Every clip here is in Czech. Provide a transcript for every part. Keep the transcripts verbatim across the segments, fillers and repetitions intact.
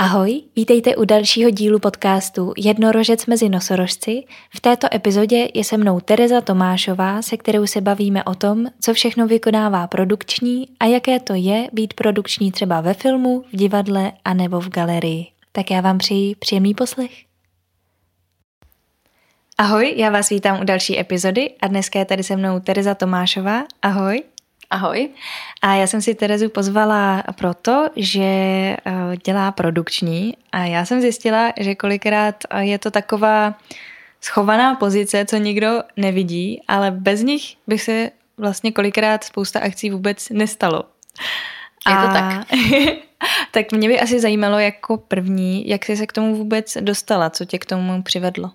Ahoj, vítejte u dalšího dílu podcastu Jednorožec mezi nosorožci. V této epizodě je se mnou Tereza Tomášová, se kterou se bavíme o tom, co všechno vykonává produkční a jaké to je být produkční třeba ve filmu, v divadle a nebo v galerii. Tak já vám přeji příjemný poslech. Ahoj, já vás vítám u další epizody a dneska je tady se mnou Tereza Tomášová. Ahoj. Ahoj. A já jsem si Terezu pozvala proto, že dělá produkční a já jsem zjistila, že kolikrát je to taková schovaná pozice, co nikdo nevidí, ale bez nich by se vlastně kolikrát spousta akcí vůbec nestalo. Je to a... tak. Tak mě by asi zajímalo jako první, jak jsi se k tomu vůbec dostala, co tě k tomu přivedlo?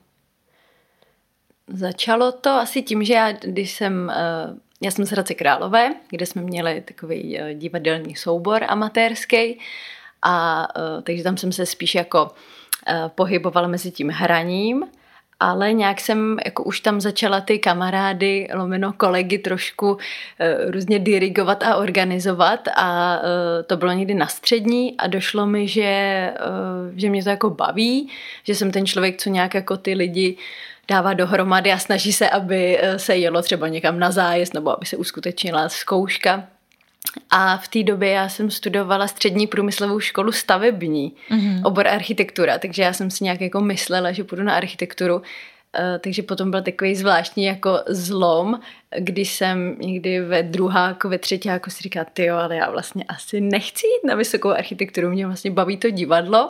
Začalo to asi tím, že já, když jsem... Já jsem z Hradce Králové, kde jsme měli takový divadelní soubor amatérský, a takže tam jsem se spíš jako pohybovala mezi tím hraním, ale nějak jsem jako už tam začala ty kamarády, lomeno kolegy trošku různě dirigovat a organizovat, a to bylo někdy na střední a došlo mi, že, že mě to jako baví, že jsem ten člověk, co nějak jako ty lidi dává dohromady a snaží se, aby se jelo třeba někam na zájezd nebo aby se uskutečnila zkouška. A v té době já jsem studovala střední průmyslovou školu stavební, mm-hmm. obor architektura, takže já jsem si nějak jako myslela, že půjdu na architekturu. Takže potom byl takový zvláštní jako zlom, když jsem někdy ve druháku, ve třetíku si říkala, tyjo, ale já vlastně asi nechci jít na vysokou architekturu, mě vlastně baví to divadlo.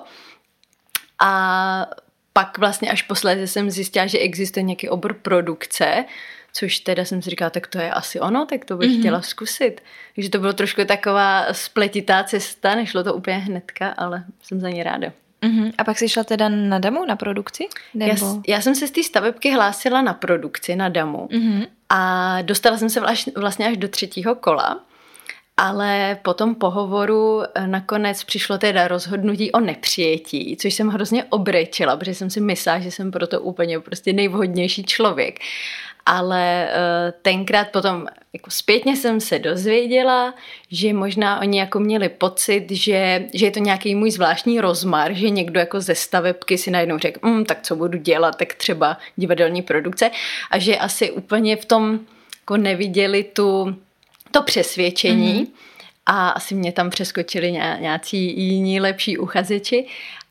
A pak vlastně až posléze jsem zjistila, že existuje nějaký obor produkce, což teda jsem si říkala, tak to je asi ono, tak to bych mm-hmm. chtěla zkusit. Takže to bylo trošku taková spletitá cesta, nešlo to úplně hnedka, ale jsem za ní ráda. Mm-hmm. A pak jsi šla teda na Damu, na produkci? Nebo... Já, já jsem se z té stavebky hlásila na produkci, na Damu, mm-hmm. a dostala jsem se vlastně až do třetího kola. Ale po tom pohovoru nakonec přišlo teda rozhodnutí o nepřijetí, což jsem hrozně obrečila, protože jsem si myslela, že jsem proto úplně prostě nejvhodnější člověk. Ale tenkrát potom jako zpětně jsem se dozvěděla, že možná oni jako měli pocit, že, že je to nějaký můj zvláštní rozmar, že někdo jako ze stavebky si najednou řekl, mm, tak co budu dělat, tak třeba divadelní produkce, a že asi úplně v tom jako neviděli tu to přesvědčení, mm-hmm. a asi mě tam přeskočili nějací jiní lepší uchazeči,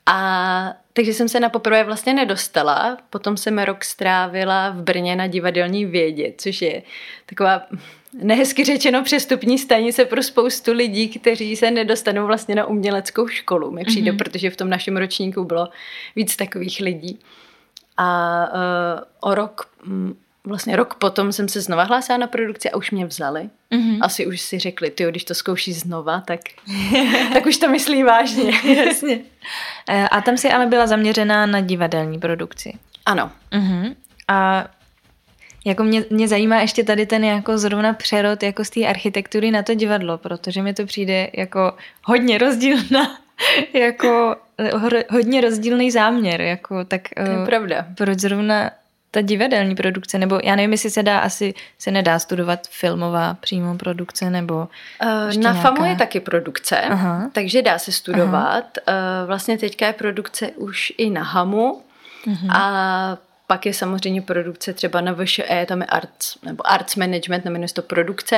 a takže jsem se na poprvé vlastně nedostala. Potom jsem rok strávila v Brně na divadelní vědě, což je taková nehezky řečeno přestupní stanice pro spoustu lidí, kteří se nedostanou vlastně na uměleckou školu. Mi přijde, mm-hmm. protože v tom našem ročníku bylo víc takových lidí. A uh, o rok... Um, Vlastně rok potom jsem se znova hlásila na produkci a už mě vzali. Mm-hmm. Asi už si řekli, tyjo, když to zkoušíš znova, tak, tak už to myslí vážně. Jasně. A tam jsi ale byla zaměřená na divadelní produkci. Ano. Mm-hmm. A jako mě, mě zajímá ještě tady ten jako zrovna přerod jako z té architektury na to divadlo, protože mi to přijde jako hodně rozdílná, jako hodně rozdílný záměr. Jako, tak, to je uh, pravda. Proč zrovna ta divadelní produkce, nebo já nevím, jestli se dá, asi se nedá studovat filmová přímo produkce, nebo uh, na nějaká... FAMu je taky produkce, Aha. takže dá se studovat. Uh, vlastně teďka je produkce už i na HAMu, uh-huh. a pak je samozřejmě produkce třeba na V Š E, tam je arts, nebo arts management, nemenuje se to produkce,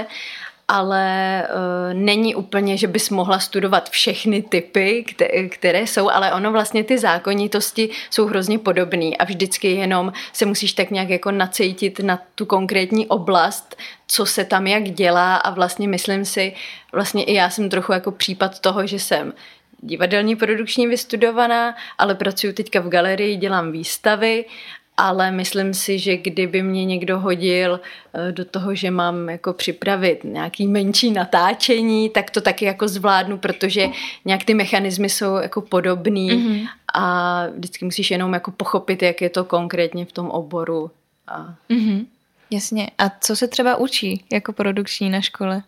ale uh, není úplně, že bys mohla studovat všechny typy, které, které jsou, ale ono vlastně ty zákonitosti jsou hrozně podobný a vždycky jenom se musíš tak nějak jako nacítit na tu konkrétní oblast, co se tam jak dělá, a vlastně myslím si, vlastně i já jsem trochu jako případ toho, že jsem divadelní produkční vystudovaná, ale pracuji teďka v galerii, dělám výstavy, ale myslím si, že kdyby mě někdo hodil do toho, že mám jako připravit nějaký menší natáčení, tak to taky jako zvládnu, protože nějak ty mechanismy jsou jako podobný, mm-hmm. a vždycky musíš jenom jako pochopit, jak je to konkrétně v tom oboru. A... Mm-hmm. Jasně. A co se třeba učí jako produkční na škole?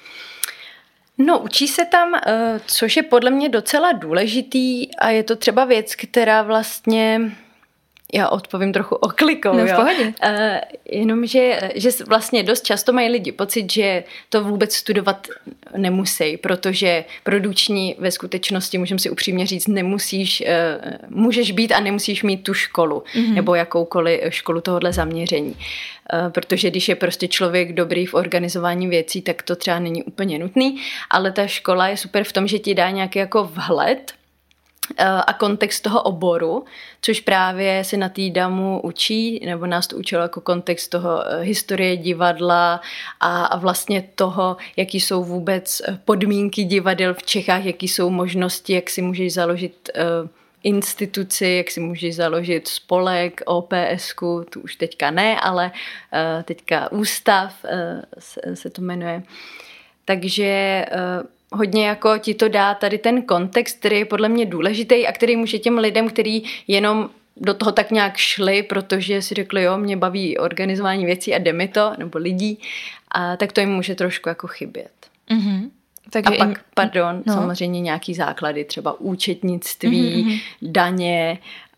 No, učí se tam, což je podle mě docela důležitý, a je to třeba věc, která vlastně Já odpovím trochu oklikou, no, jo. V pohodě. Uh, jenomže že vlastně dost často mají lidi pocit, že to vůbec studovat nemusí, protože produkční ve skutečnosti, můžeme si upřímně říct, nemusíš, uh, můžeš být a nemusíš mít tu školu, mm-hmm. nebo jakoukoliv školu tohohle zaměření. Uh, protože když je prostě člověk dobrý v organizování věcí, tak to třeba není úplně nutný, ale ta škola je super v tom, že ti dá nějaký jako vhled a kontext toho oboru, což právě se na té damu učí, nebo nás to učilo jako kontext toho historie divadla a, a vlastně toho, jaký jsou vůbec podmínky divadel v Čechách, jaký jsou možnosti, jak si můžeš založit uh, instituci, jak si můžeš založit spolek, O P S ku, tu už teďka ne, ale uh, teďka ústav uh, se, se to jmenuje. Takže uh, hodně jako ti to dá tady ten kontext, který je podle mě důležitý a který může těm lidem, kteří jenom do toho tak nějak šli, protože si řekli, jo, mě baví organizování věcí a jde mi to, nebo lidí, a tak to jim může trošku jako chybět. Mm-hmm. Takže a pak, in... pardon, no. samozřejmě nějaký základy, třeba účetnictví, mm-hmm. daně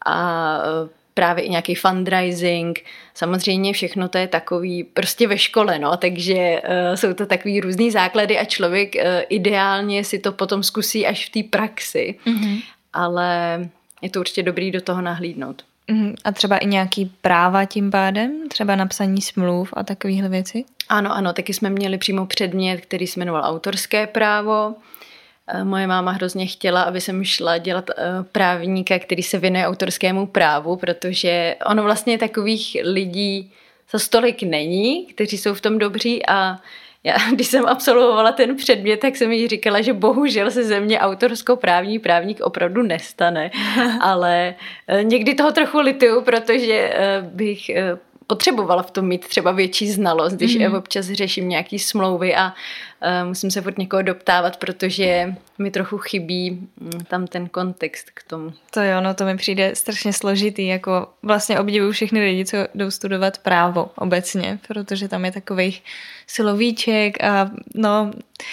a právě i nějaký fundraising. Samozřejmě všechno to je takový prostě ve škole, no, takže uh, jsou to takový různý základy a člověk uh, ideálně si to potom zkusí až v té praxi, mm-hmm. ale je to určitě dobrý do toho nahlídnout. Mm-hmm. A třeba i nějaký práva tím pádem? Třeba napsaní smluv a takovéhle věci? Ano, ano, taky jsme měli přímo předmět, který se jmenoval autorské právo. Moje máma hrozně chtěla, aby jsem šla dělat právníka, který se věnuje autorskému právu, protože ono vlastně takových lidí za stolik není, kteří jsou v tom dobří a já, když jsem absolvovala ten předmět, tak jsem jí říkala, že bohužel se ze mě autorskoprávní právník opravdu nestane, ale někdy toho trochu lituju, protože bych potřebovala v tom mít třeba větší znalost, když mm. občas řeším nějaký smlouvy a uh, musím se furt někoho doptávat, protože mi trochu chybí um, tam ten kontext k tomu. To jo, no to mi přijde strašně složitý, jako vlastně obdivuju všechny lidi, co jdou studovat právo obecně, protože tam je takových silovíček a no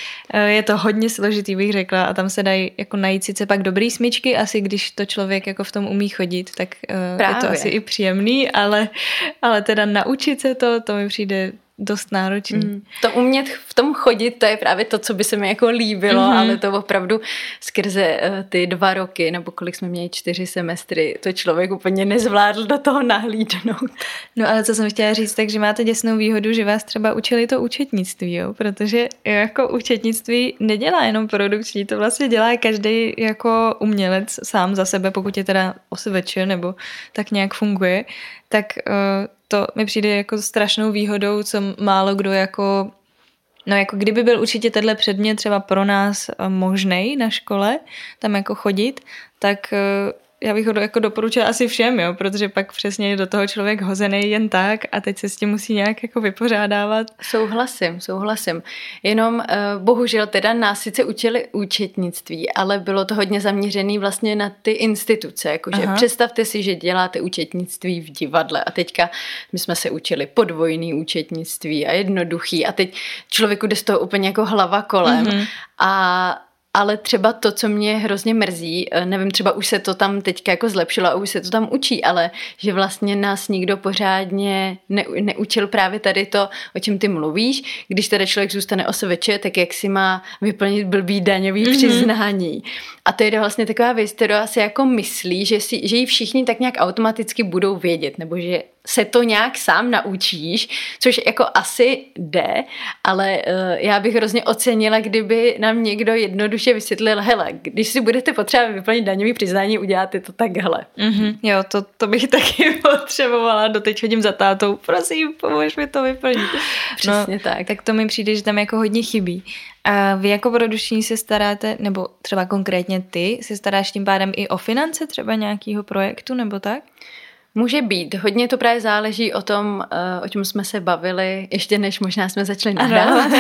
je to hodně složitý, bych řekla, a tam se dají jako najít sice pak dobrý smyčky, asi když to člověk jako v tom umí chodit, tak uh, je to asi i příjemný, ale, ale teda naučit se to, to mi přijde dost náročný. Mm. To umět v tom chodit, to je právě to, co by se mi jako líbilo, mm-hmm. ale to opravdu skrze uh, ty dva roky, nebo kolik jsme měli, čtyři semestry, to člověk úplně nezvládl do toho nahlídnout. No ale co jsem chtěla říct, takže máte děsnou výhodu, že vás třeba učili to účetnictví, jo? Protože jako účetnictví nedělá jenom produkční, to vlastně dělá každý jako umělec sám za sebe, pokud je teda O S V Č nebo tak nějak funguje, tak uh, to mi přijde jako strašnou výhodou, co málo kdo jako, no jako kdyby byl určitě tenhle předmět třeba pro nás možnej na škole, tam jako chodit, tak já bych ho jako doporučila asi všem, jo, protože pak přesně je do toho člověk hozený jen tak a teď se s tím musí nějak jako vypořádávat. Souhlasím, souhlasím. Jenom uh, bohužel teda nás sice učili účetnictví, ale bylo to hodně zaměřené vlastně na ty instituce, jakože Aha. představte si, že děláte účetnictví v divadle a teďka my jsme se učili podvojný účetnictví a jednoduchý a teď člověku jde z toho úplně jako hlava kolem mm-hmm. a ale třeba to, co mě hrozně mrzí, nevím, třeba už se to tam teďka jako zlepšilo a už se to tam učí, ale že vlastně nás nikdo pořádně ne, neučil právě tady to, o čem ty mluvíš. Když teda člověk zůstane O S V Č, tak jak si má vyplnit blbý daňový mm-hmm. přiznání. A to je vlastně taková věc, kterou asi jako myslí, že, si, že ji všichni tak nějak automaticky budou vědět, nebo že se to nějak sám naučíš, což jako asi jde, ale uh, já bych hrozně ocenila, kdyby nám někdo jednoduše vysvětlil, hele, když si budete potřebovat vyplnit daňový přiznání, uděláte to takhle. Mm-hmm. Jo, to, to bych taky potřebovala, doteď chodím za tátou, prosím, pomož mi to vyplnit. Přesně no, tak. Tak to mi přijde, že tam jako hodně chybí. A vy jako produční se staráte, nebo třeba konkrétně ty, se staráš tím pádem i o finance třeba nějakého projektu, nebo tak? Může být. Hodně to právě záleží o tom, o čem jsme se bavili, ještě než možná jsme začali nahrávat.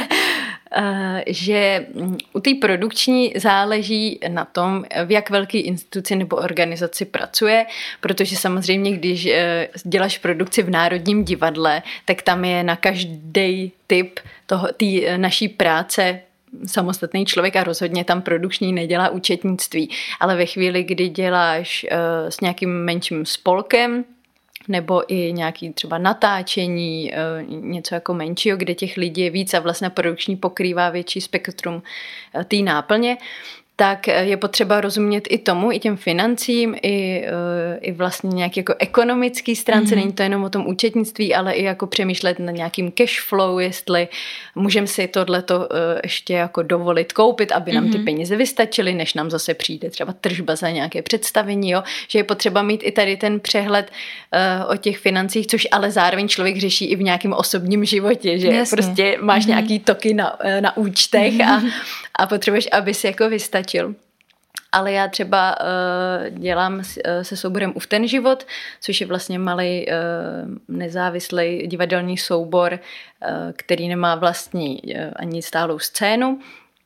Že u té produkční záleží na tom, v jak velké instituci nebo organizaci pracuje, protože samozřejmě, když děláš produkci v Národním divadle, tak tam je na každý typ toho, té naší práce samostatný člověk a rozhodně tam produkční nedělá účetnictví, ale ve chvíli, kdy děláš uh, s nějakým menším spolkem, nebo i nějaký třeba natáčení, něco jako menšího, kde těch lidí je víc a vlastně produkční pokrývá větší spektrum té náplně, tak je potřeba rozumět i tomu, i těm financím, i, i vlastně nějaký jako ekonomický stránce, mm-hmm. není to jenom o tom účetnictví, ale i jako přemýšlet na nějakým cash flow, jestli můžeme si tohleto ještě jako dovolit koupit, aby nám mm-hmm. ty peníze vystačily, než nám zase přijde třeba tržba za nějaké představení, jo? Že je potřeba mít i tady ten přehled uh, o těch financích, což ale zároveň člověk řeší i v nějakém osobním životě, že Jasně. prostě máš mm-hmm. nějaký toky na, na účtech mm-hmm. a, a potřebuješ, aby si jako vystačil. Ale já třeba uh, dělám s, uh, se souborem Uf ten život, což je vlastně malý uh, nezávislý divadelní soubor, uh, který nemá vlastní uh, ani stálou scénu.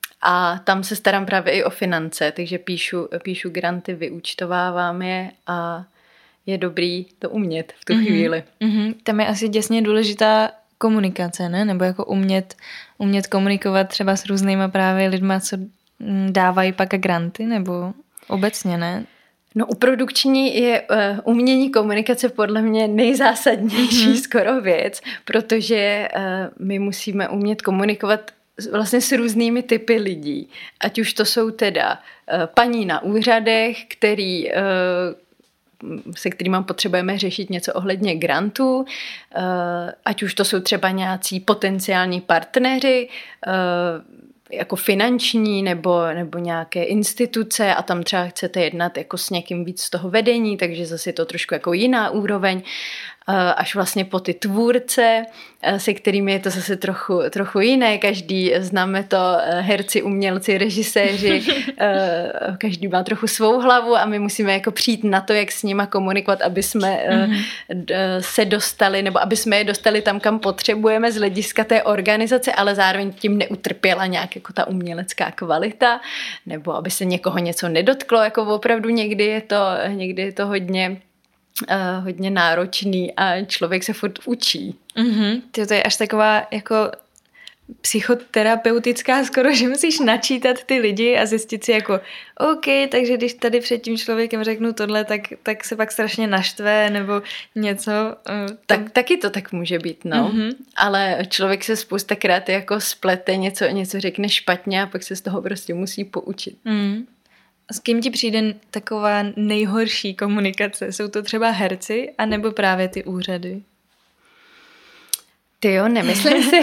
A tam se starám právě i o finance, takže píšu, píšu granty, vyúčtovávám je a je dobrý to umět v tu mm-hmm. chvíli. Mm-hmm. Tam je asi děsně důležitá komunikace, ne? Nebo jako umět, umět komunikovat třeba s různýma právě lidma, co dávají pak granty, nebo obecně, ne? No u produkční je uh, umění komunikace podle mě nejzásadnější mm-hmm. skoro věc, protože uh, my musíme umět komunikovat vlastně s různými typy lidí. Ať už to jsou teda uh, paní na úřadech, který... Uh, se kterými potřebujeme řešit něco ohledně grantů, ať už to jsou třeba nějací potenciální partneři, jako finanční nebo, nebo nějaké instituce a tam třeba chcete jednat jako s někým víc z toho vedení, takže zase je to trošku jako jiná úroveň, až vlastně po ty tvůrce, se kterými je to zase trochu, trochu jiné. Každý známe to, herci, umělci, režiséři, každý má trochu svou hlavu a my musíme jako přijít na to, jak s nima komunikovat, aby jsme mm-hmm. se dostali, nebo aby jsme je dostali tam, kam potřebujeme z hlediska té organizace, ale zároveň tím neutrpěla nějak jako ta umělecká kvalita, nebo aby se někoho něco nedotklo, jako opravdu někdy je to, někdy je to hodně Uh, hodně náročný a člověk se furt učí. Mm-hmm. To je až taková jako psychoterapeutická skoro, že musíš načítat ty lidi a zjistit si jako OK, takže když tady před tím člověkem řeknu tohle, tak, tak se pak strašně naštve nebo něco. Uh, tak, tak, taky to tak může být, no. Mm-hmm. Ale člověk se spoustakrát jako splete, něco, něco řekne špatně a pak se z toho prostě musí poučit. Mm. S kým ti přijde taková nejhorší komunikace? Jsou to třeba herci, anebo právě ty úřady? Ty jo, nemyslím si.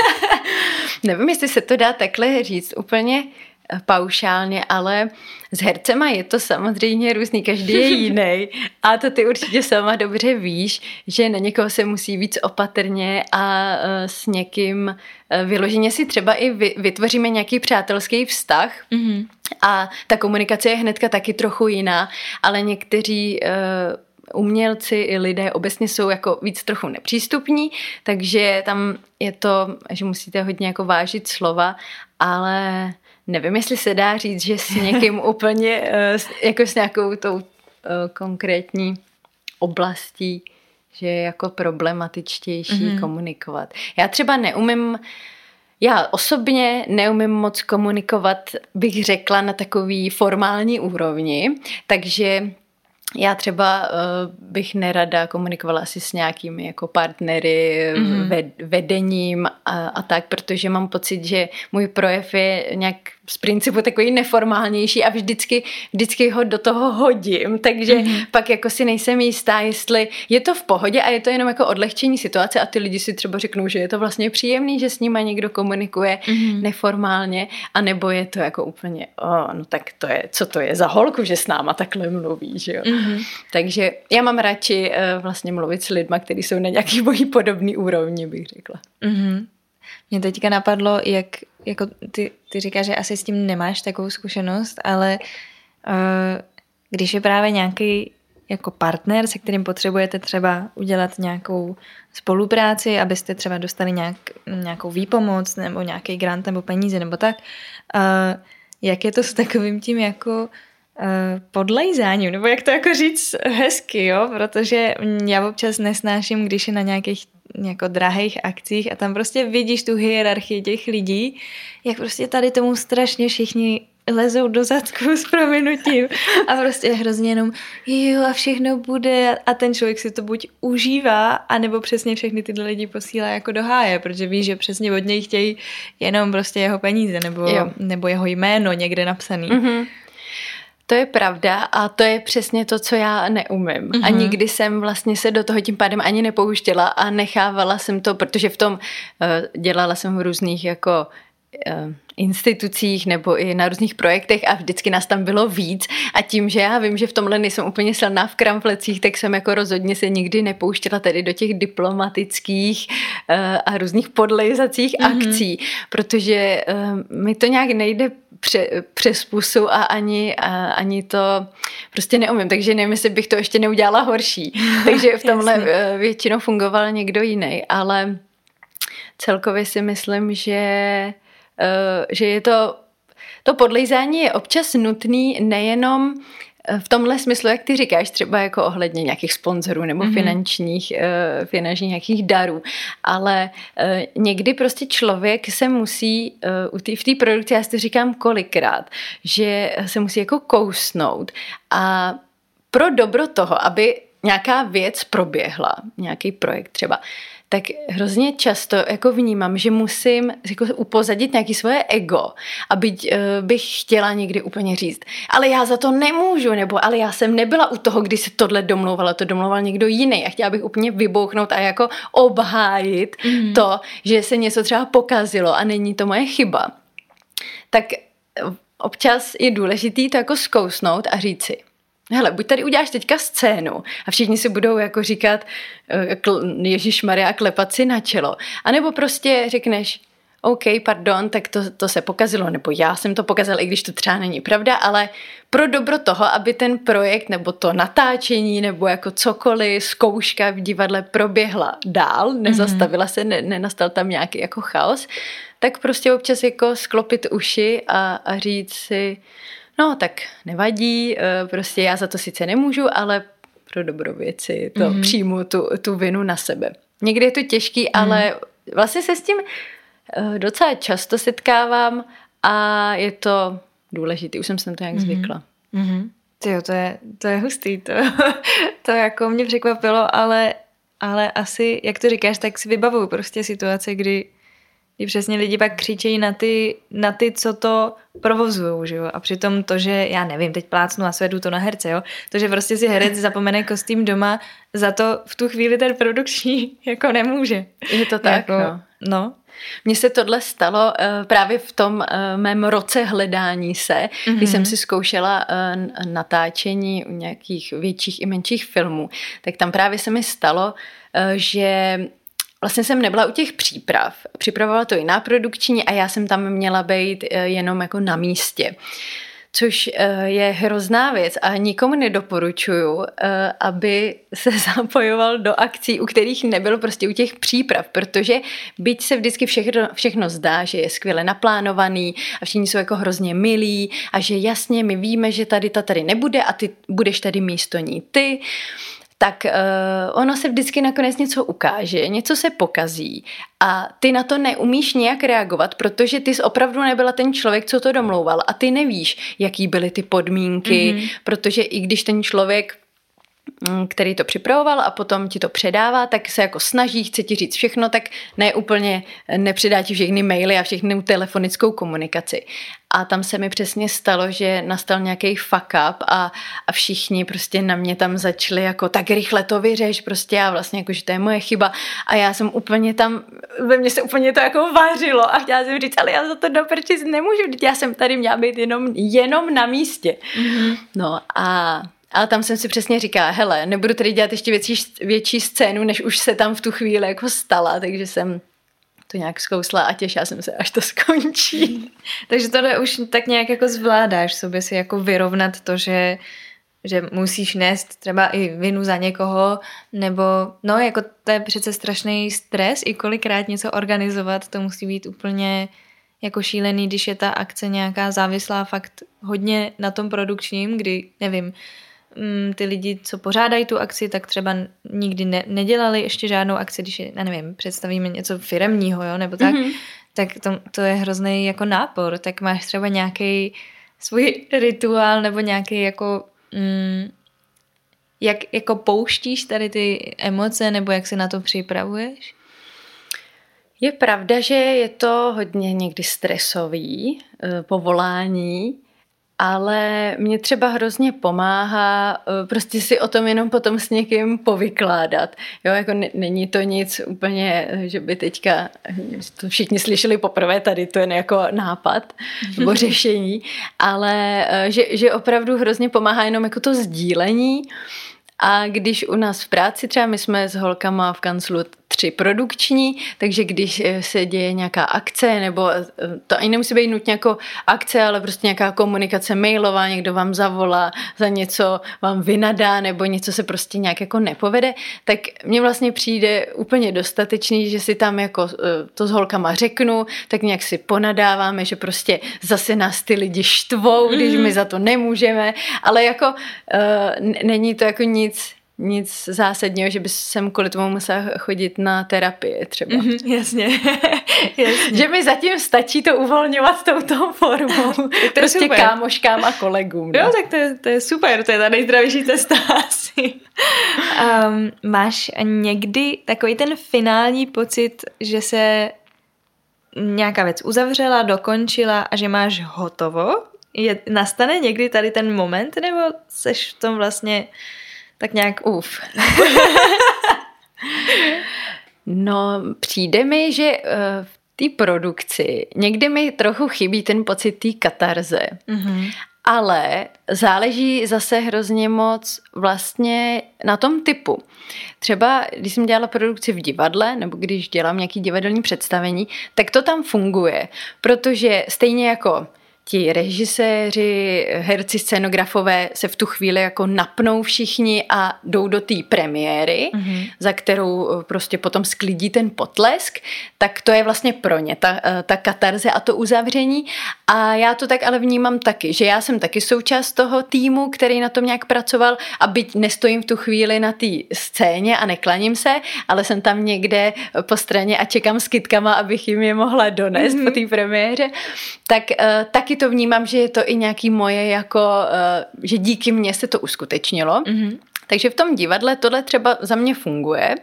Nevím, jestli se to dá takhle říct úplně paušálně, ale s hercema je to samozřejmě různý, každý je jiný. A to ty určitě sama dobře víš, že na někoho se musí víc opatrně a s někým vyloženě si třeba i vytvoříme nějaký přátelský vztah. Mm-hmm. A ta komunikace je hnedka taky trochu jiná, ale někteří umělci i lidé obecně jsou jako víc trochu nepřístupní, takže tam je to, že musíte hodně jako vážit slova, ale nevím, jestli se dá říct, že s někým úplně jako s nějakou tou konkrétní oblastí, že je jako problematičtější mm-hmm. komunikovat. Já třeba neumím Já osobně neumím moc komunikovat, bych řekla, na takový formální úrovni, takže já třeba uh, bych nerada komunikovala asi s nějakými jako partnery, mm-hmm. ved, vedením a, a tak, protože mám pocit, že můj projev je nějak z principu takový neformálnější a vždycky, vždycky ho do toho hodím, takže mm-hmm. pak jako si nejsem jistá, jestli je to v pohodě a je to jenom jako odlehčení situace a ty lidi si třeba řeknou, že je to vlastně příjemný, že s nima někdo komunikuje mm-hmm. neformálně, anebo je to jako úplně, oh, no tak to je, co to je za holku, že s náma takhle mluví, že jo. Mm-hmm. Takže já mám radši uh, vlastně mluvit s lidma, kteří jsou na nějaký bojí podobný úrovni, bych řekla. Mm-hmm. Mě teďka napadlo, jak jako ty, ty říkáš, že asi s tím nemáš takovou zkušenost, ale uh, když je právě nějaký jako partner, se kterým potřebujete třeba udělat nějakou spolupráci, abyste třeba dostali nějak, nějakou výpomoc nebo nějaký grant nebo peníze nebo tak, uh, jak je to s takovým tím jako uh, podlejzáním, nebo jak to jako říct hezky, jo, protože já občas nesnáším, když je na nějakých jako drahých akcích a tam prostě vidíš tu hierarchii těch lidí, jak prostě tady tomu strašně všichni lezou do zadku s prominutím a prostě hrozně jenom jo a všechno bude a ten člověk si to buď užívá, anebo přesně všechny tyhle lidi posílá jako do háje, protože ví, že přesně od něj chtějí jenom prostě jeho peníze nebo, nebo jeho jméno někde napsaný. Mm-hmm. To je pravda a to je přesně to, co já neumím. Mm-hmm. A nikdy jsem vlastně se do toho tím pádem ani nepouštěla a nechávala jsem to, protože v tom uh, dělala jsem v různých jako uh, institucích nebo i na různých projektech a vždycky nás tam bylo víc a tím, že já vím, že v tomhle nejsem úplně silná v kramflecích, tak jsem jako rozhodně se nikdy nepouštěla tedy do těch diplomatických uh, a různých podlejzacích mm-hmm. akcí, protože uh, mi to nějak nejde pře, přes pusu a ani, a, ani to prostě neumím, takže nevím, jestli bych to ještě neudělala horší. Takže v tomhle uh, většinou fungoval někdo jiný, ale celkově si myslím, že Uh, že je to, to podlejzání je občas nutný nejenom v tomhle smyslu, jak ty říkáš, třeba jako ohledně nějakých sponzorů nebo mm-hmm. finančních, uh, finančních nějakých darů, ale uh, někdy prostě člověk se musí uh, v té produkci, já si to říkám kolikrát, že se musí jako kousnout a pro dobro toho, aby nějaká věc proběhla, nějaký projekt třeba, tak hrozně často jako vnímám, že musím jako upozadit nějaké svoje ego, aby uh, bych chtěla někdy úplně říct, ale já za to nemůžu, nebo ale já jsem nebyla u toho, když se tohle domlouvalo, to domlouval někdo jiný a chtěla bych úplně vybouchnout a jako obhájit mm. to, že se něco třeba pokazilo a není to moje chyba. Tak občas je důležitý to jako zkousnout a říct si, hele, buď tady uděláš teďka scénu a všichni si budou jako říkat Ježišmarja, klepat si na čelo. A nebo prostě řekneš, OK, pardon, tak to, to se pokazilo, nebo já jsem to pokazila, i když to třeba není pravda, ale pro dobro toho, aby ten projekt nebo to natáčení nebo jako cokoliv, zkouška v divadle proběhla dál, nezastavila se, ne, nenastal tam nějaký jako chaos, tak prostě občas jako sklopit uši a, a říct si, no tak nevadí, prostě já za to sice nemůžu, ale pro dobro věci to mm-hmm. přijmu tu, tu vinu na sebe. Někdy je to těžký, mm. ale vlastně se s tím docela často setkávám a je to důležitý, už jsem se na to nějak mm-hmm. zvykla. Mm-hmm. Tyjo, to je, to je hustý, to, to jako mě překvapilo, ale, ale asi, jak to říkáš, tak si vybavuju prostě situace, kdy kdy přesně lidi pak křičejí na ty, na ty, co to provozujou, že jo? A přitom to, že já nevím, teď plácnu a svedu to na herce, jo? To, že prostě si herec zapomene kostým doma, za to v tu chvíli ten produkční jako nemůže. Je to tak, jako, no. no. Mně se tohle stalo uh, právě v tom uh, mém roce hledání se, mm-hmm. když jsem si zkoušela uh, natáčení u nějakých větších i menších filmů, tak tam právě se mi stalo, uh, že vlastně jsem nebyla u těch příprav. Připravovala to jiná produkční a já jsem tam měla být jenom jako na místě. Což je hrozná věc a nikomu nedoporučuju, aby se zapojoval do akcí, u kterých nebylo prostě u těch příprav, protože byť se vždycky všechno, všechno zdá, že je skvěle naplánovaný a všichni jsou jako hrozně milí a že jasně my víme, že tady ta tady nebude a ty budeš tady místo ní ty, tak uh, ono se vždycky nakonec něco ukáže, něco se pokazí a ty na to neumíš nějak reagovat, protože ty jsi opravdu nebyla ten člověk, co to domlouval a ty nevíš, jaký byly ty podmínky, mm-hmm. protože i když ten člověk, který to připravoval a potom ti to předává, tak se jako snaží, chce ti říct všechno, tak ne úplně nepředá ti všechny maily a všechny telefonickou komunikaci. A tam se mi přesně stalo, že nastal nějaký fuck up a, a všichni prostě na mě tam začali jako tak rychle to vyřeš prostě a vlastně jako, že to je moje chyba a já jsem úplně tam, ve mně se úplně to jako vařilo a chtěla jsem říct, ale já za to do prčic nemůžu, já jsem tady měla být jenom, jenom na místě. Mm-hmm. No a ale tam jsem si přesně říkala, hele, nebudu tady dělat ještě větší, větší scénu, než už se tam v tu chvíli jako stala, takže jsem to nějak zkousla a těšila jsem se, až to skončí. Takže tohle už tak nějak jako zvládáš sobě si jako vyrovnat to, že, že musíš nést třeba i vinu za někoho, nebo no jako to je přece strašný stres i kolikrát něco organizovat, to musí být úplně jako šílený, když je ta akce nějaká závislá fakt hodně na tom produkčním, kdy nevím, m, ty lidi, co pořádají tu akci, tak třeba nikdy ne, nedělali ještě žádnou akci, když je, já nevím, představíme něco firemního, jo, nebo tak, mm-hmm. tak to, to je hrozný jako nápor. Tak máš třeba nějaký svůj rituál nebo nějaký jako... Mm, jak jako pouštíš tady ty emoce nebo jak se na to připravuješ? Je pravda, že je to hodně někdy stresový povolání, ale mě třeba hrozně pomáhá prostě si o tom jenom potom s někým povykládat. Jo, jako n- není to nic úplně, že by teďka to všichni slyšeli poprvé, tady to je jako nápad nebo řešení, ale že, že opravdu hrozně pomáhá jenom jako to sdílení. A když u nás v práci, třeba my jsme s holkama v kanclu tři produkční, takže když se děje nějaká akce, nebo to ani nemusí být nutně jako akce, ale prostě nějaká komunikace mailová, někdo vám zavolá, za něco vám vynadá, nebo něco se prostě nějak jako nepovede, tak mně vlastně přijde úplně dostatečný, že si tam jako to s holkama řeknu, tak nějak si ponadáváme, že prostě zase nás ty lidi štvou, když my za to nemůžeme, ale jako uh, není to jako nic nic zásadního, že by jsem kvůli tomu musela chodit na terapii třeba. Mm, jasně. jasně. Že mi zatím stačí to uvolňovat touto formou. To prostě super. Kámoškám a kolegům. No, tak to je, to je super, to je ta nejzdravější cesta asi. um, máš někdy takový ten finální pocit, že se nějaká věc uzavřela, dokončila a že máš hotovo? Je, nastane někdy tady ten moment, nebo seš v tom vlastně tak nějak uf. No, přijde mi, že v té produkci někdy mi trochu chybí ten pocit té katarze. Mm-hmm. Ale záleží zase hrozně moc vlastně na tom typu. Třeba když jsem dělala produkci v divadle, nebo když dělám nějaký divadelní představení, tak to tam funguje, protože stejně jako ti režiséři, herci, scénografové se v tu chvíli jako napnou všichni a jdou do té premiéry, mm-hmm. za kterou prostě potom sklidí ten potlesk, tak to je vlastně pro ně ta, ta katarze a to uzavření. A já to tak ale vnímám taky, že já jsem taky součást toho týmu, který na tom nějak pracoval a byť nestojím v tu chvíli na té scéně a neklaním se, ale jsem tam někde po straně a čekám s kytkama, abych jim je mohla donést mm-hmm. po té premiéře, tak taky to vnímám, že je to i nějaký moje jako, že díky mně se to uskutečnilo. Mm-hmm. Takže v tom divadle tohle třeba za mě funguje.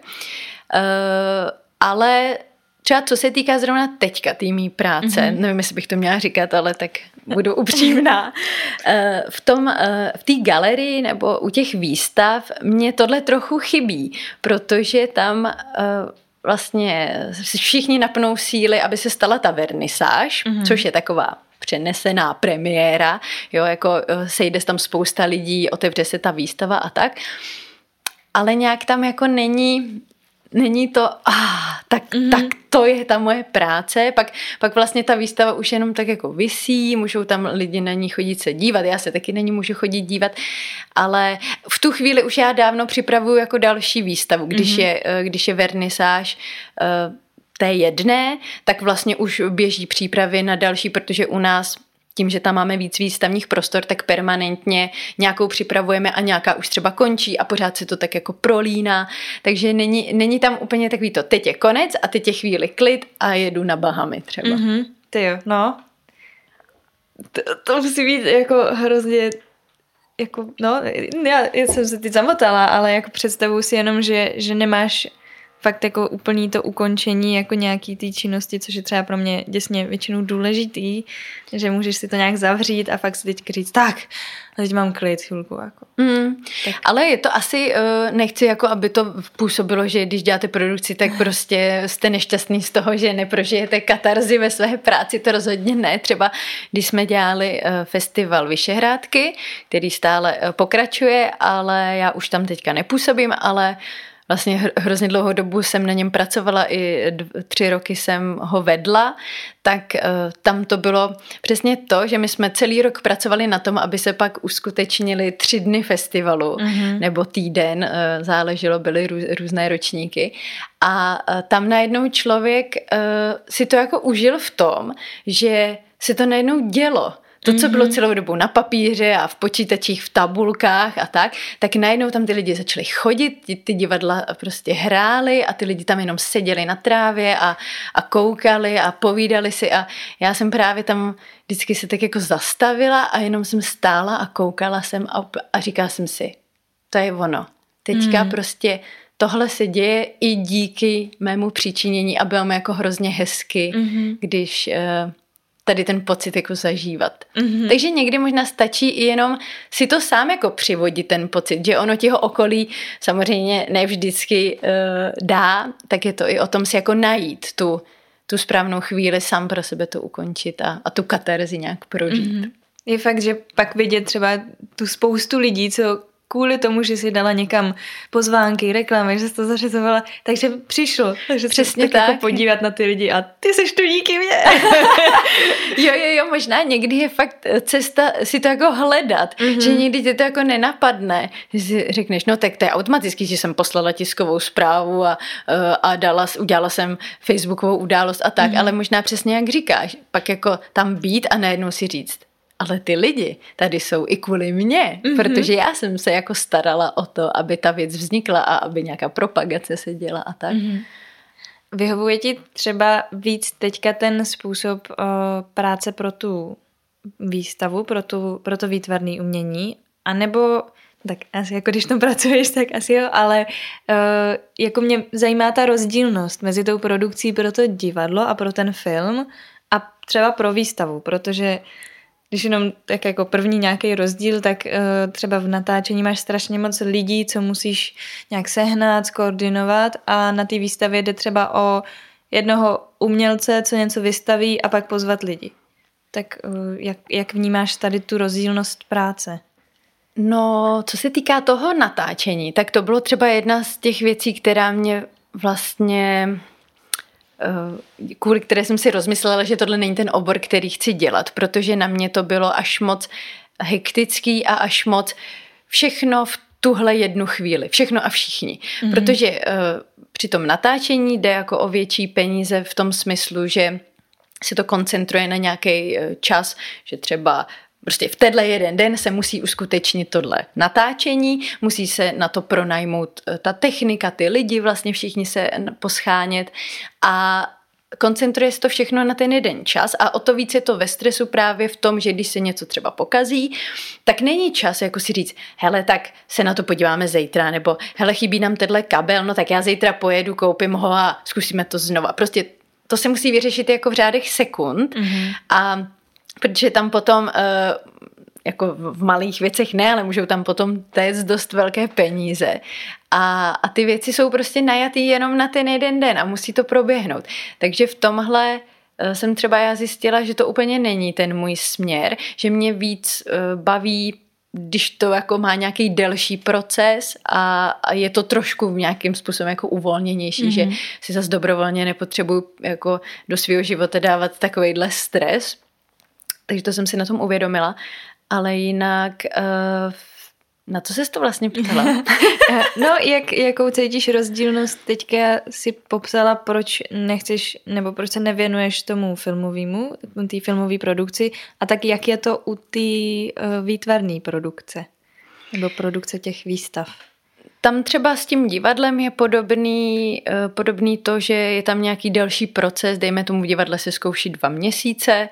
Ale třeba co se týká zrovna teďka té mý práce, mm-hmm. nevím, jestli bych to měla říkat, ale tak budu upřímná. V tom, v té galerii nebo u těch výstav mě tohle trochu chybí, protože tam vlastně všichni napnou síly, aby se stala ta vernisáž, mm-hmm. což je taková přenesená premiéra, jo, jako sejde tam spousta lidí, otevře se ta výstava a tak, ale nějak tam jako není, není to, ah, tak, mm-hmm. tak to je ta moje práce, pak, pak vlastně ta výstava už jenom tak jako visí, můžou tam lidi na ní chodit se dívat, já se taky na ní můžu chodit dívat, ale v tu chvíli už já dávno připravuju jako další výstavu, když, mm-hmm. je, když je vernisáž té jedné, tak vlastně už běží přípravy na další, protože u nás tím, že tam máme víc výstavních prostor, tak permanentně nějakou připravujeme a nějaká už třeba končí a pořád se to tak jako prolíná, takže není, není tam úplně takový to, teď je konec a teď je chvíli klid a jedu na Bahamy třeba. Mm-hmm. Ty jo, no. To, to musí být jako hrozně jako, no, já, já jsem se teď zamotala, ale jako představuji si jenom, že, že nemáš fakt jako úplný to ukončení jako nějaký té činnosti, což je třeba pro mě děsně většinou důležitý, že můžeš si to nějak zavřít a fakt si teď říct, tak, teď mám klid chvilku. Jako. Mm, ale je to asi, nechci jako, aby to působilo, že když děláte produkci, tak prostě jste nešťastný z toho, že neprožijete katarzy ve své práci, to rozhodně ne. Třeba když jsme dělali festival Vyšehrádky, který stále pokračuje, ale já už tam teďka nepůsobím, ale vlastně hrozně dlouhou dobu jsem na něm pracovala, i tři roky jsem ho vedla, tak uh, tam to bylo přesně to, že my jsme celý rok pracovali na tom, aby se pak uskutečnili tři dny festivalu, mm-hmm. nebo týden, uh, záleželo, byly růz, různé ročníky. A uh, tam najednou člověk uh, si to jako užil v tom, že si to najednou dělo. To, co bylo celou dobu na papíře a v počítačích, v tabulkách a tak, tak najednou tam ty lidi začali chodit, ty, ty divadla prostě hrály a ty lidi tam jenom seděli na trávě a, a koukali a povídali si a já jsem právě tam vždycky se tak jako zastavila a jenom jsem stála a koukala jsem a, a říkala jsem si, to je ono. Teďka mm. prostě tohle se děje i díky mému přičinění a bylo mi jako hrozně hezky, mm-hmm. když uh, tady ten pocit jako zažívat. Mm-hmm. Takže někdy možná stačí i jenom si to sám jako přivodit ten pocit, že ono těho okolí samozřejmě ne vždycky uh, dá, tak je to i o tom si jako najít tu, tu správnou chvíli, sám pro sebe to ukončit a, a tu katarzi nějak prožít. Mm-hmm. Je fakt, že pak vidět třeba tu spoustu lidí, co kvůli tomu, že si dala někam pozvánky, reklamy, že jsi to zařizovala, takže přišlo. Takže přesně tak. Jako podívat na ty lidi a ty seš tu díky mě. jo, jo, jo, možná někdy je fakt cesta si to jako hledat, mm-hmm. že někdy tě to jako nenapadne, že si řekneš, no tak to je automaticky, že jsem poslala tiskovou zprávu a, a dala, udělala jsem facebookovou událost a tak, mm-hmm. ale možná přesně jak říkáš, pak jako tam být a najednou si říct, ale ty lidi tady jsou i kvůli mně, mm-hmm. protože já jsem se jako starala o to, aby ta věc vznikla a aby nějaká propagace se děla a tak. Mm-hmm. Vyhovuje ti třeba víc teďka ten způsob uh, práce pro tu výstavu, pro, tu, pro to výtvarné umění, anebo, tak asi jako když tam pracuješ, tak asi jo, ale uh, jako mě zajímá ta rozdílnost mezi tou produkcí pro to divadlo a pro ten film a třeba pro výstavu, protože když jenom tak jako první nějaký rozdíl, tak uh, třeba v natáčení máš strašně moc lidí, co musíš nějak sehnat, skoordinovat a na té výstavě jde třeba o jednoho umělce, co něco vystaví a pak pozvat lidi. Tak uh, jak, jak vnímáš tady tu rozdílnost práce? No, co se týká toho natáčení, tak to bylo třeba jedna z těch věcí, která mě vlastně... kvůli které jsem si rozmyslela, že tohle není ten obor, který chci dělat, protože na mě to bylo až moc hektický a až moc všechno v tuhle jednu chvíli. Všechno a všichni. Mm-hmm. Protože uh, při tom natáčení jde jako o větší peníze v tom smyslu, že se to koncentruje na nějaký uh, čas, že třeba prostě v tenhle jeden den se musí uskutečnit tohle natáčení, musí se na to pronajmout ta technika, ty lidi, vlastně všichni se poschánět a koncentruje se to všechno na ten jeden čas a o to víc je to ve stresu právě v tom, že když se něco třeba pokazí, tak není čas jako si říct, hele, tak se na to podíváme zítra, nebo hele, chybí nám tenhle kabel, no tak já zítra pojedu, koupím ho a zkusíme to znova. Prostě to se musí vyřešit jako v řádech sekund mm-hmm. a protože tam potom, jako v malých věcech ne, ale můžou tam potom téct dost velké peníze. A, a ty věci jsou prostě najatý jenom na ten jeden den a musí to proběhnout. Takže v tomhle jsem třeba já zjistila, že to úplně není ten můj směr, že mě víc baví, když to jako má nějaký delší proces a, a je to trošku v nějakým způsobem jako uvolněnější, mm-hmm. že si zase dobrovolně nepotřebuju jako do svého života dávat takovejhle stres. Takže to jsem si na tom uvědomila, ale jinak uh, na co ses to vlastně ptala? No, jak, jakou cítíš rozdílnost? Teďka si popsala, proč nechceš, nebo proč se nevěnuješ tomu filmovému, té filmové produkci a tak jak je to u té uh, výtvarné produkce? Nebo produkce těch výstav? Tam třeba s tím divadlem je podobný, podobný to, že je tam nějaký další proces, dejme tomu v divadle se zkouší dva měsíce,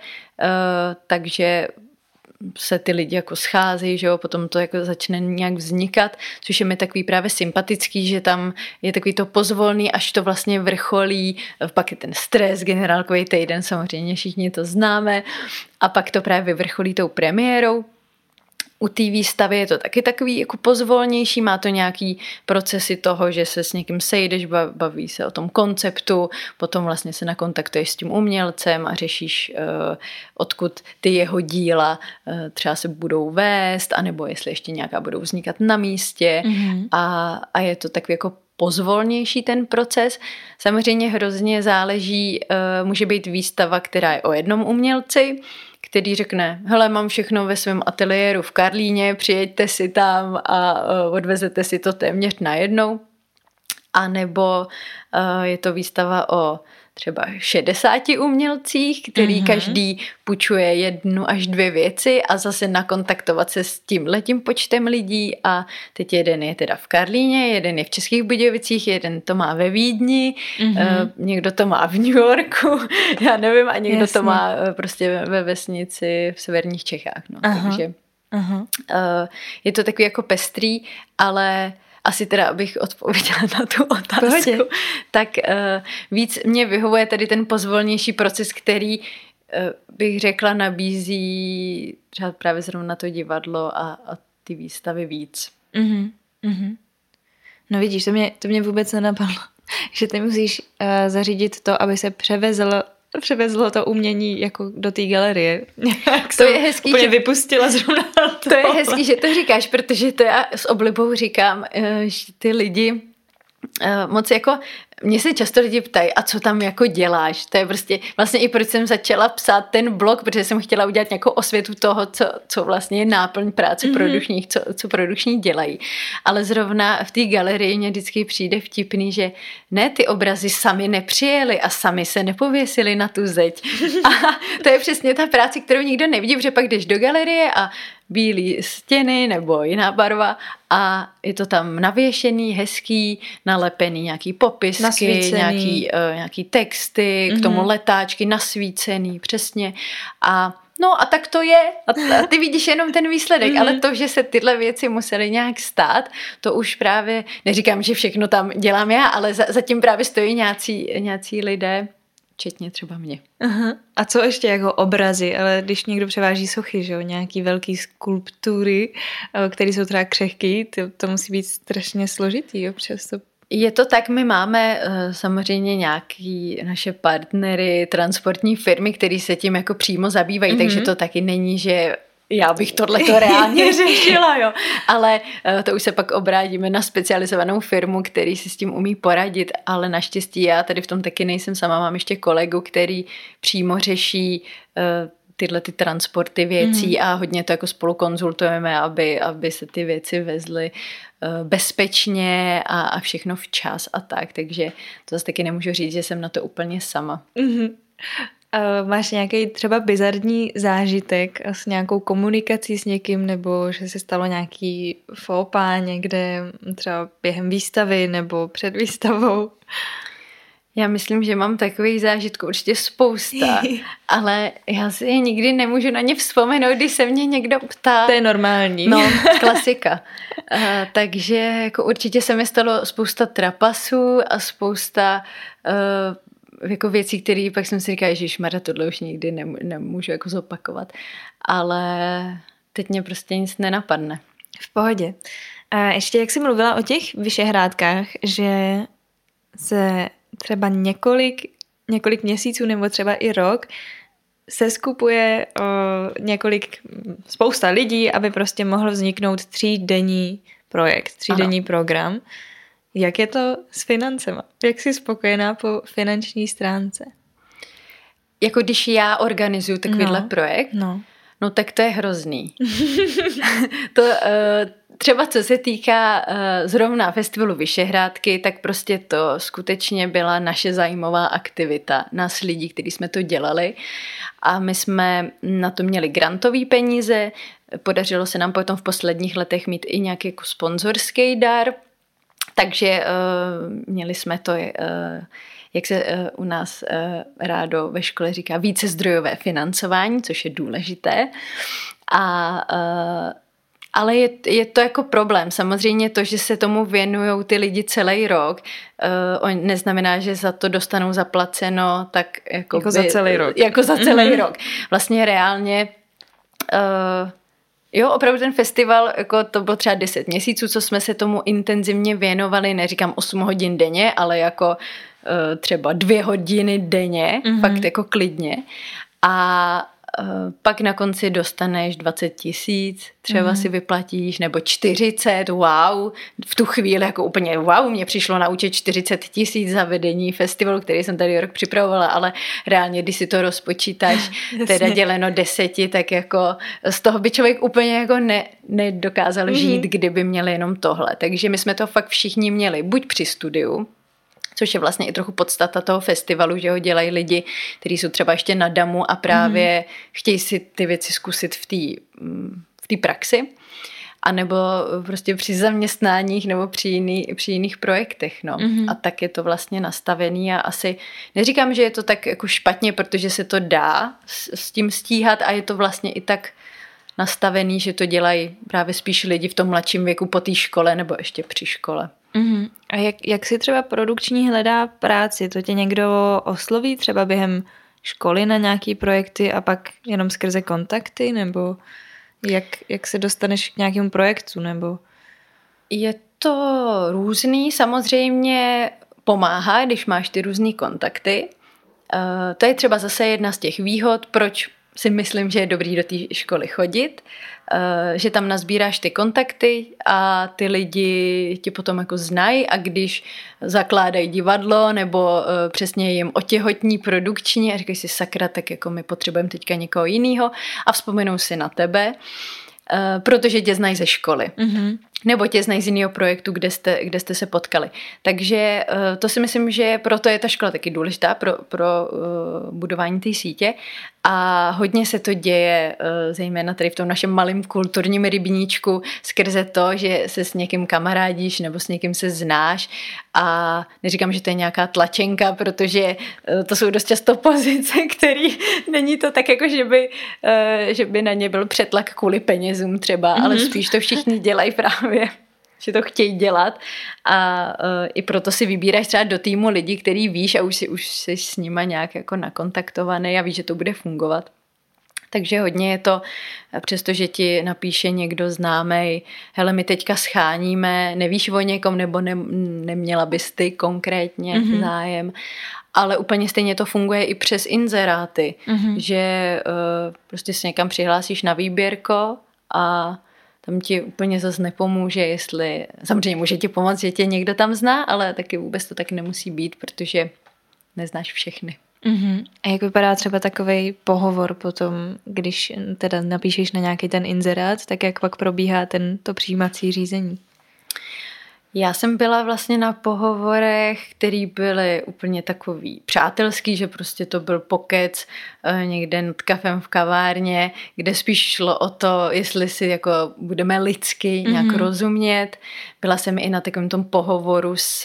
takže se ty lidi jako scházejí, že jo, potom to jako začne nějak vznikat, což je mi takový právě sympatický, že tam je takový to pozvolný, až to vlastně vrcholí, pak je ten stres, generálkový týden, samozřejmě všichni to známe, a pak to právě vrcholí tou premiérou. U té výstavy je to taky takový jako pozvolnější, má to nějaký procesy toho, že se s někým sejdeš, baví se o tom konceptu, potom vlastně se nakontaktuješ s tím umělcem a řešíš, uh, odkud ty jeho díla uh, třeba se budou vést, anebo jestli ještě nějaká budou vznikat na místě mm-hmm. a, a je to takový jako pozvolnější ten proces. Samozřejmě hrozně záleží, uh, může být výstava, která je o jednom umělci, který řekne, hele, mám všechno ve svém ateliéru v Karlíně, přijeďte si tam a uh, odvezete si to téměř najednou. A nebo uh, je to výstava o třeba šedesáti umělcích, který mm-hmm. každý půjčuje jednu až dvě věci a zase nakontaktovat se s tímhletím počtem lidí a teď jeden je teda v Karlíně, jeden je v Českých Budějovicích, jeden to má ve Vídni, mm-hmm. někdo to má v New Yorku, já nevím, a někdo Jasně. to má prostě ve vesnici v severních Čechách. No. Takže Aha. je to takový jako pestrý, ale asi teda, abych odpověděla na tu otázku, Pohodě. tak uh, víc mě vyhovuje tady ten pozvolnější proces, který uh, bych řekla nabízí třeba právě zrovna to divadlo a, a ty výstavy víc. Mm-hmm. Mm-hmm. No vidíš, to mě, to mě vůbec nenapadlo, že ty musíš uh, zařídit to, aby se převezl převezlo to umění jako do té galerie. To je hezký, že vypustila zrovna to. To je hezký, že to říkáš, protože to já s oblibou říkám, že ty lidi moc jako, mě se často lidi ptají, a co tam jako děláš? To je prostě, vlastně i proč jsem začala psát ten blog, protože jsem chtěla udělat nějakou osvětu toho, co, co vlastně je náplň práce mm-hmm. produkčních, co, co produkční dělají. Ale zrovna v té galerii mě vždycky přijde vtipný, že ne, ty obrazy sami nepřijeli a sami se nepověsili na tu zeď. A to je přesně ta práce, kterou nikdo nevidí, protože pak jdeš do galerie a bílý stěny nebo jiná barva a je to tam navěšený, hezký, nalepený nějaký popisky, nějaký, uh, nějaký texty, mm-hmm. k tomu letáčky, nasvícený, přesně. A no a tak to je. A, a ty vidíš jenom ten výsledek, mm-hmm. ale to, že se tyhle věci musely nějak stát, to už právě, neříkám, že všechno tam dělám já, ale za, zatím právě stojí nějací, nějací lidé, včetně třeba mě. Aha. A co ještě jako obrazy, ale když někdo převáží sochy, že jo, nějaký velký skulptury, které jsou třeba křehký, to, to musí být strašně složitý, jo, přesto. Je to tak, my máme uh, samozřejmě nějaký naše partnery, transportní firmy, které se tím jako přímo zabývají, mm-hmm. takže to taky není, že já bych tohleto reálně řešila, jo. Ale uh, to už se pak obrátíme na specializovanou firmu, který si s tím umí poradit, ale naštěstí já tady v tom taky nejsem sama, mám ještě kolegu, který přímo řeší uh, tyhle ty transporty věcí mm. a hodně to jako spolu konzultujeme, aby, aby se ty věci vezly uh, bezpečně a, a všechno včas a tak, takže to zase taky nemůžu říct, že jsem na to úplně sama. Mm-hmm. Uh, máš nějaký třeba bizarní zážitek s nějakou komunikací s někým, nebo že se stalo nějaký faux pas někde třeba během výstavy nebo před výstavou? Já myslím, že mám takových zážitků určitě spousta, ale já si je nikdy nemůžu na ně vzpomenout, když se mě někdo ptá. To je normální. No, klasika. Uh, takže jako určitě se mi stalo spousta trapasů a spousta uh, jako věcí, které pak jsem si říkala, ježišmarja, tohle už nikdy nemůžu jako zopakovat. Ale teď mě prostě nic nenapadne. V pohodě. A ještě jak jsi mluvila o těch Vyšehrádkách, že se třeba několik, několik měsíců nebo třeba i rok se skupuje o, několik, spousta lidí, aby prostě mohl vzniknout třídenní projekt, třídenní ano. program. Jak je to s financema? Jak jsi spokojená po finanční stránce? Jako když já organizuju takovýhle no, projekt, no. no tak to je hrozný. to... Uh, Třeba co se týká uh, zrovna festivalu Vyšehrádky, tak prostě to skutečně byla naše zájmová aktivita. Nás lidí, kteří jsme to dělali a my jsme na to měli grantový peníze, podařilo se nám potom v posledních letech mít i nějaký jako sponzorský dar, takže uh, měli jsme to, uh, jak se uh, u nás uh, rádo ve škole říká, více zdrojové financování, což je důležité. A uh, Ale je, je to jako problém. Samozřejmě to, že se tomu věnují ty lidi celý rok, uh, neznamená, že za to dostanou zaplaceno tak jako, jako by, za celý rok. Jako za celý mm-hmm. rok. Vlastně reálně uh, jo, opravdu ten festival, jako to bylo třeba deset měsíců, co jsme se tomu intenzivně věnovali, neříkám osm hodin denně, ale jako uh, třeba dvě hodiny denně, mm-hmm. fakt jako klidně. A pak na konci dostaneš dvacet tisíc, třeba mm. si vyplatíš, nebo čtyřicet, wow, v tu chvíli jako úplně wow, mě přišlo na účet čtyřicet tisíc za vedení festivalu, který jsem tady rok připravovala, ale reálně, když si to rozpočítáš, teda děleno deseti, tak jako z toho by člověk úplně jako ne, nedokázal mm. žít, kdyby měl jenom tohle. Takže my jsme to fakt všichni měli, buď při studiu, což je vlastně i trochu podstata toho festivalu, že ho dělají lidi, kteří jsou třeba ještě na damu a právě mm. chtějí si ty věci zkusit v té v té praxi, anebo prostě při zaměstnáních nebo při, jiný, při jiných projektech. No. Mm-hmm. A tak je to vlastně nastavený a asi neříkám, že je to tak jako špatně, protože se to dá s, s tím stíhat a je to vlastně i tak nastavený, že to dělají právě spíš lidi v tom mladším věku po té škole nebo ještě při škole. Mm-hmm. A jak, jak si třeba produkční hledá práci? To tě někdo osloví třeba během školy na nějaký projekty a pak jenom skrze kontakty, nebo jak, jak se dostaneš k nějakému projektu, nebo? Je to různý, samozřejmě pomáhá, když máš ty různý kontakty. Uh, to je třeba zase jedna z těch výhod, proč si myslím, že je dobrý do té školy chodit, že tam nazbíráš ty kontakty a ty lidi tě potom jako znají a když zakládají divadlo nebo přesně jim otěhotní produkční a říkají si sakra, tak jako my potřebujeme teďka někoho jiného a vzpomenou si na tebe, protože tě znají ze školy. Mm-hmm. Nebo tě znají z jiného projektu, kde jste, kde jste se potkali. Takže to si myslím, že proto je ta škola taky důležitá pro, pro uh, budování té sítě a hodně se to děje, uh, zejména tady v tom našem malém kulturním rybníčku, skrze to, že se s někým kamarádíš nebo s někým se znáš a neříkám, že to je nějaká tlačenka, protože uh, to jsou dost často pozice, který není to tak jako, že by, uh, že by na ně byl přetlak kvůli penězům třeba, mm-hmm. ale spíš to všichni dělají právě že to chtějí dělat a uh, i proto si vybíráš třeba do týmu lidi, který víš a už, si, už jsi s nima nějak jako nakontaktovaný a víš, že to bude fungovat. Takže hodně je to, přestože ti napíše někdo známej, hele, my teďka scháníme, nevíš o někom, nebo ne, neměla bys ty konkrétně mm-hmm. zájem, ale úplně stejně to funguje i přes inzeráty, mm-hmm. že uh, prostě se někam přihlásíš na výběrko a tam ti úplně zase nepomůže, jestli, samozřejmě může ti pomoct, že tě někdo tam zná, ale taky vůbec to tak nemusí být, protože neznáš všechny. Uh-huh. A jak vypadá třeba takovej pohovor potom, když teda napíšeš na nějaký ten inzerát, tak jak pak probíhá ten, to přijímací řízení? Já jsem byla vlastně na pohovorech, který byly úplně takový přátelský, že prostě to byl pokec někde nad kafem v kavárně, kde spíš šlo o to, jestli si jako budeme lidsky nějak mm-hmm. rozumět. Byla jsem i na takovém tom pohovoru s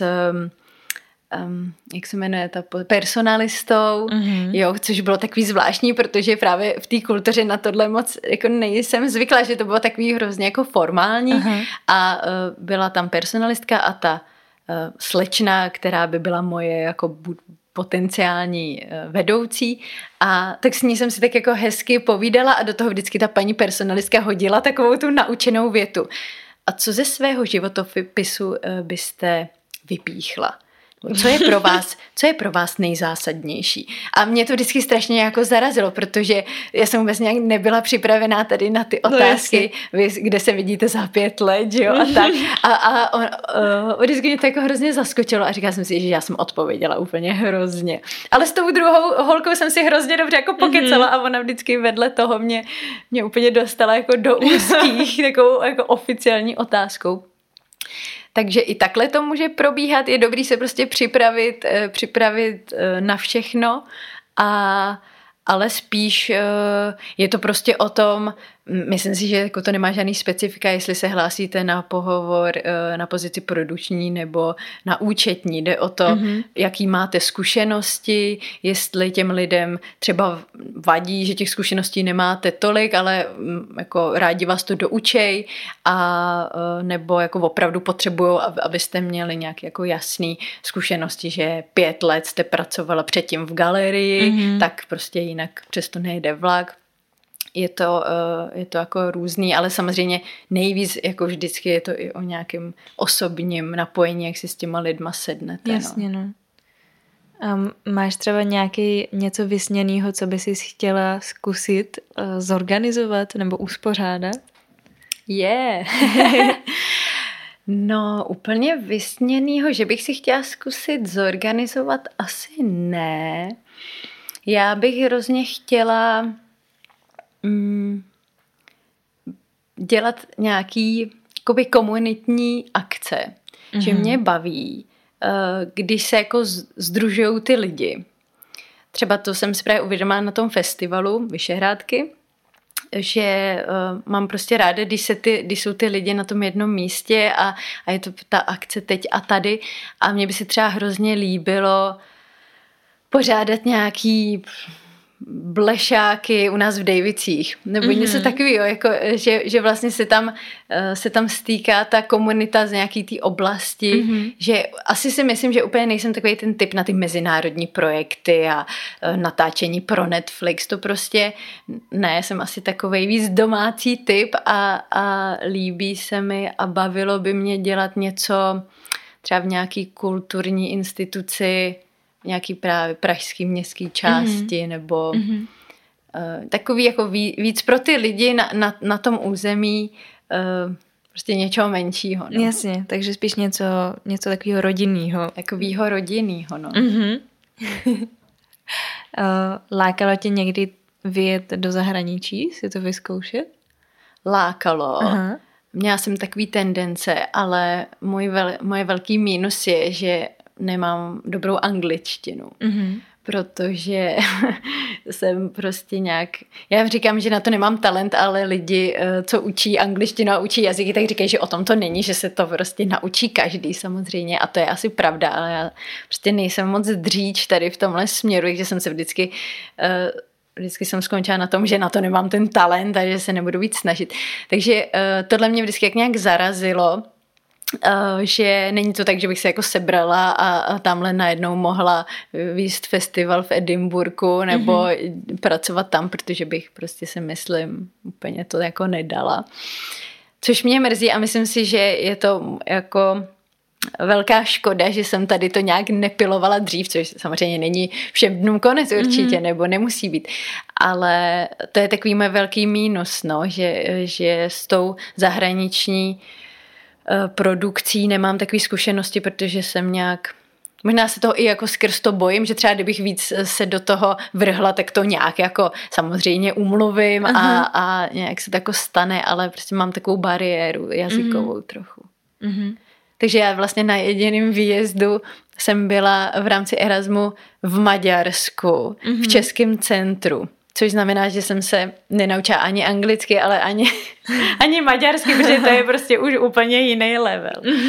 Um, jak se jmenuje ta personalistou, mm-hmm. jo, což bylo takový zvláštní, protože právě v té kultuře na tohle moc jako nejsem zvykla, že to bylo takový hrozně jako formální uh-huh. a uh, byla tam personalistka a ta uh, slečna, která by byla moje jako bu- potenciální uh, vedoucí a tak s ní jsem si tak jako hezky povídala a do toho vždycky ta paní personalistka hodila takovou tu naučenou větu. A co ze svého životopisu uh, byste vypíchla? Co je pro vás, co je pro vás nejzásadnější? A mě to vždycky strašně jako zarazilo, protože já jsem vůbec nějak nebyla připravená tady na ty otázky, no, vy, kde se vidíte za pět let, jo, a tak. A, a on, uh, vždycky mě to jako hrozně zaskočilo a říkala jsem si, že já jsem odpověděla úplně hrozně. Ale s tou druhou holkou jsem si hrozně dobře jako pokecala a ona vždycky vedle toho mě, mě úplně dostala jako do úzkých takovou jako oficiální otázkou. Takže i takhle to může probíhat, je dobrý se prostě připravit, připravit na všechno, a, ale spíš je to prostě o tom, myslím si, že jako to nemá žádný specifika, jestli se hlásíte na pohovor na pozici produkční nebo na účetní. Jde o to, mm-hmm. jaký máte zkušenosti, jestli těm lidem třeba vadí, že těch zkušeností nemáte tolik, ale jako rádi vás to doučej, a nebo jako opravdu potřebují, abyste měli nějaké jako jasné zkušenosti, že pět let jste pracovala předtím v galerii, mm-hmm. tak prostě jinak přesto nejde vlak. Je to, je to jako různý, ale samozřejmě nejvíc jako vždycky je to i o nějakém osobním napojení, jak si s těma lidma sednete. Jasně, no. A máš třeba nějaký něco vysněnýho, co by si chtěla zkusit zorganizovat nebo uspořádat? Je. Yeah. No, úplně vysněnýho, že bych si chtěla zkusit zorganizovat, asi ne. Já bych hrozně chtěla dělat nějaký jakoby komunitní akce, mm-hmm. že mě baví když se jako sdružují ty lidi. Třeba to jsem si právě uvědomila na tom festivalu Vyšehrádky, že uh, mám prostě ráda, když, se ty, když jsou ty lidi na tom jednom místě a, a je to ta akce teď a tady a mně by se třeba hrozně líbilo pořádat nějaký blešáky u nás v Dejvicích, nebo mm-hmm. něco takového, jako, že, že vlastně se tam, se tam stýká ta komunita z nějaký té oblasti, mm-hmm. že asi si myslím, že úplně nejsem takový ten typ na ty mezinárodní projekty a natáčení pro Netflix, to prostě ne, jsem asi takovej víc domácí typ a, a líbí se mi a bavilo by mě dělat něco třeba v nějaký kulturní instituci, nějaký právě pražský městský části, mm-hmm. nebo mm-hmm. Uh, takový jako ví, víc pro ty lidi na, na, na tom území uh, prostě něčeho menšího. No. Jasně, takže spíš něco, něco takového rodinného. Takového rodinného, no. Mm-hmm. uh, lákalo tě někdy vyjet do zahraničí, si to vyzkoušet? Lákalo. Aha. Měla jsem takový tendence, ale můj vel, moje velký mínus je, že nemám dobrou angličtinu, mm-hmm. protože jsem prostě nějak, já říkám, že na to nemám talent, ale lidi, co učí angličtinu a učí jazyky, tak říkají, že o tom to není, že se to prostě naučí každý samozřejmě a to je asi pravda, ale já prostě nejsem moc dříč tady v tomhle směru, takže jsem se vždycky vždycky jsem skončila na tom, že na to nemám ten talent a že se nebudu víc snažit. Takže tohle mě vždycky jak nějak zarazilo, Uh, že není to tak, že bych se jako sebrala a, a tamhle najednou mohla výst festival v Edinburghu nebo mm-hmm. pracovat tam, protože bych prostě si myslím úplně to jako nedala. Což mě mrzí a myslím si, že je to jako velká škoda, že jsem tady to nějak nepilovala dřív, což samozřejmě není všem dnům konec určitě, mm-hmm. nebo nemusí být. Ale to je takový můj velký mínus, no, že, že s tou zahraniční produkcí nemám takové zkušenosti, protože jsem nějak, možná se toho i jako skrz to bojím, že třeba kdybych víc se do toho vrhla, tak to nějak jako samozřejmě umluvím a, a nějak se to jako stane, ale prostě mám takovou bariéru jazykovou mm-hmm. trochu. Mm-hmm. Takže já vlastně na jediném výjezdu jsem byla v rámci Erasmu v Maďarsku, mm-hmm. v Českém centru. Což znamená, že jsem se nenaučila ani anglicky, ale ani, ani maďarsky, protože to je prostě už úplně jiný level.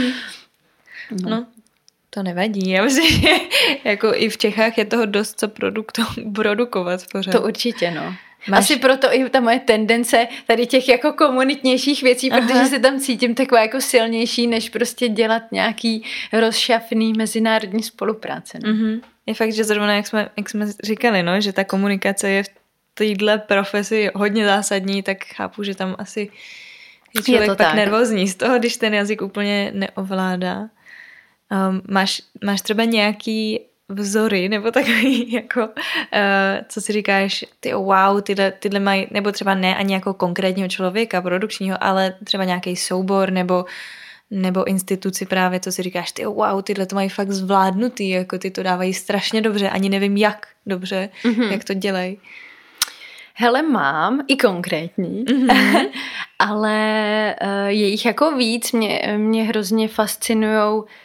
No, no to nevadí. Já myslím, že jako i v Čechách je toho dost co produkto- produkovat pořád. To určitě, no. Máš... Asi proto i ta moje tendence tady těch jako komunitnějších věcí, Aha. protože se tam cítím taková jako silnější, než prostě dělat nějaký rozšafný mezinárodní spolupráce. No. Mm-hmm. Je fakt, že zrovna jak jsme, jak jsme říkali, no, že ta komunikace je v téhle profesi hodně zásadní, tak chápu, že tam asi je člověk je pak tak. nervózní z toho, když ten jazyk úplně neovládá. Um, máš, máš třeba nějaký vzory, nebo takový, jako, uh, co si říkáš, ty wow, tyhle, tyhle mají, nebo třeba ne ani jako konkrétního člověka, produkčního, ale třeba nějaký soubor, nebo, nebo instituci právě, co si říkáš, ty wow, tyhle to mají fakt zvládnutý, jako ty to dávají strašně dobře, ani nevím jak dobře, mm-hmm. jak to dělají. Hele, mám i konkrétní, mm-hmm. ale uh, je jich jako víc. Mě, mě hrozně fascinujou uh,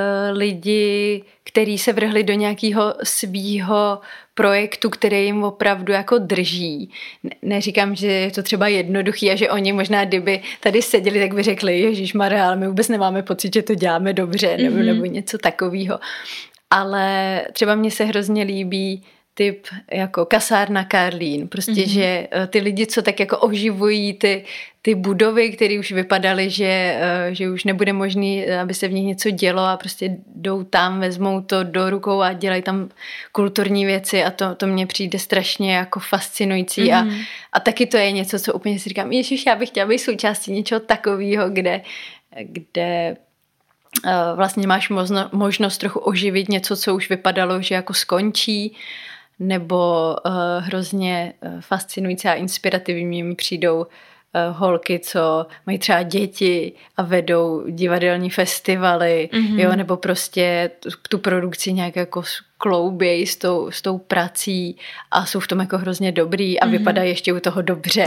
lidi, kteří se vrhli do nějakého svýho projektu, který jim opravdu jako drží. Ne, neříkám, že je to třeba jednoduchý a že oni možná, kdyby tady seděli, tak by řekli, ježišmarja, ale my vůbec nemáme pocit, že to děláme dobře, nebo, mm-hmm. nebo něco takového. Ale třeba mně se hrozně líbí typ jako kasárna Karlín. Prostě, mm-hmm. že ty lidi, co tak jako oživují ty, ty budovy, které už vypadaly, že, že už nebude možný, aby se v nich něco dělo a prostě jdou tam, vezmou to do rukou a dělají tam kulturní věci a to, to mně přijde strašně jako fascinující mm-hmm. a, a taky to je něco, co úplně si říkám, ježiš, já bych chtěla být součástí něčeho takového, kde, kde vlastně máš možno, možnost trochu oživit něco, co už vypadalo, že jako skončí, nebo uh, hrozně uh, fascinující a inspirativní mi přijdou uh, holky, co mají třeba děti a vedou divadelní festivaly, mm-hmm. jo, nebo prostě tu, tu produkci nějak jako skloubějí s tou, s tou prací a jsou v tom jako hrozně dobrý a mm-hmm. vypadají ještě u toho dobře.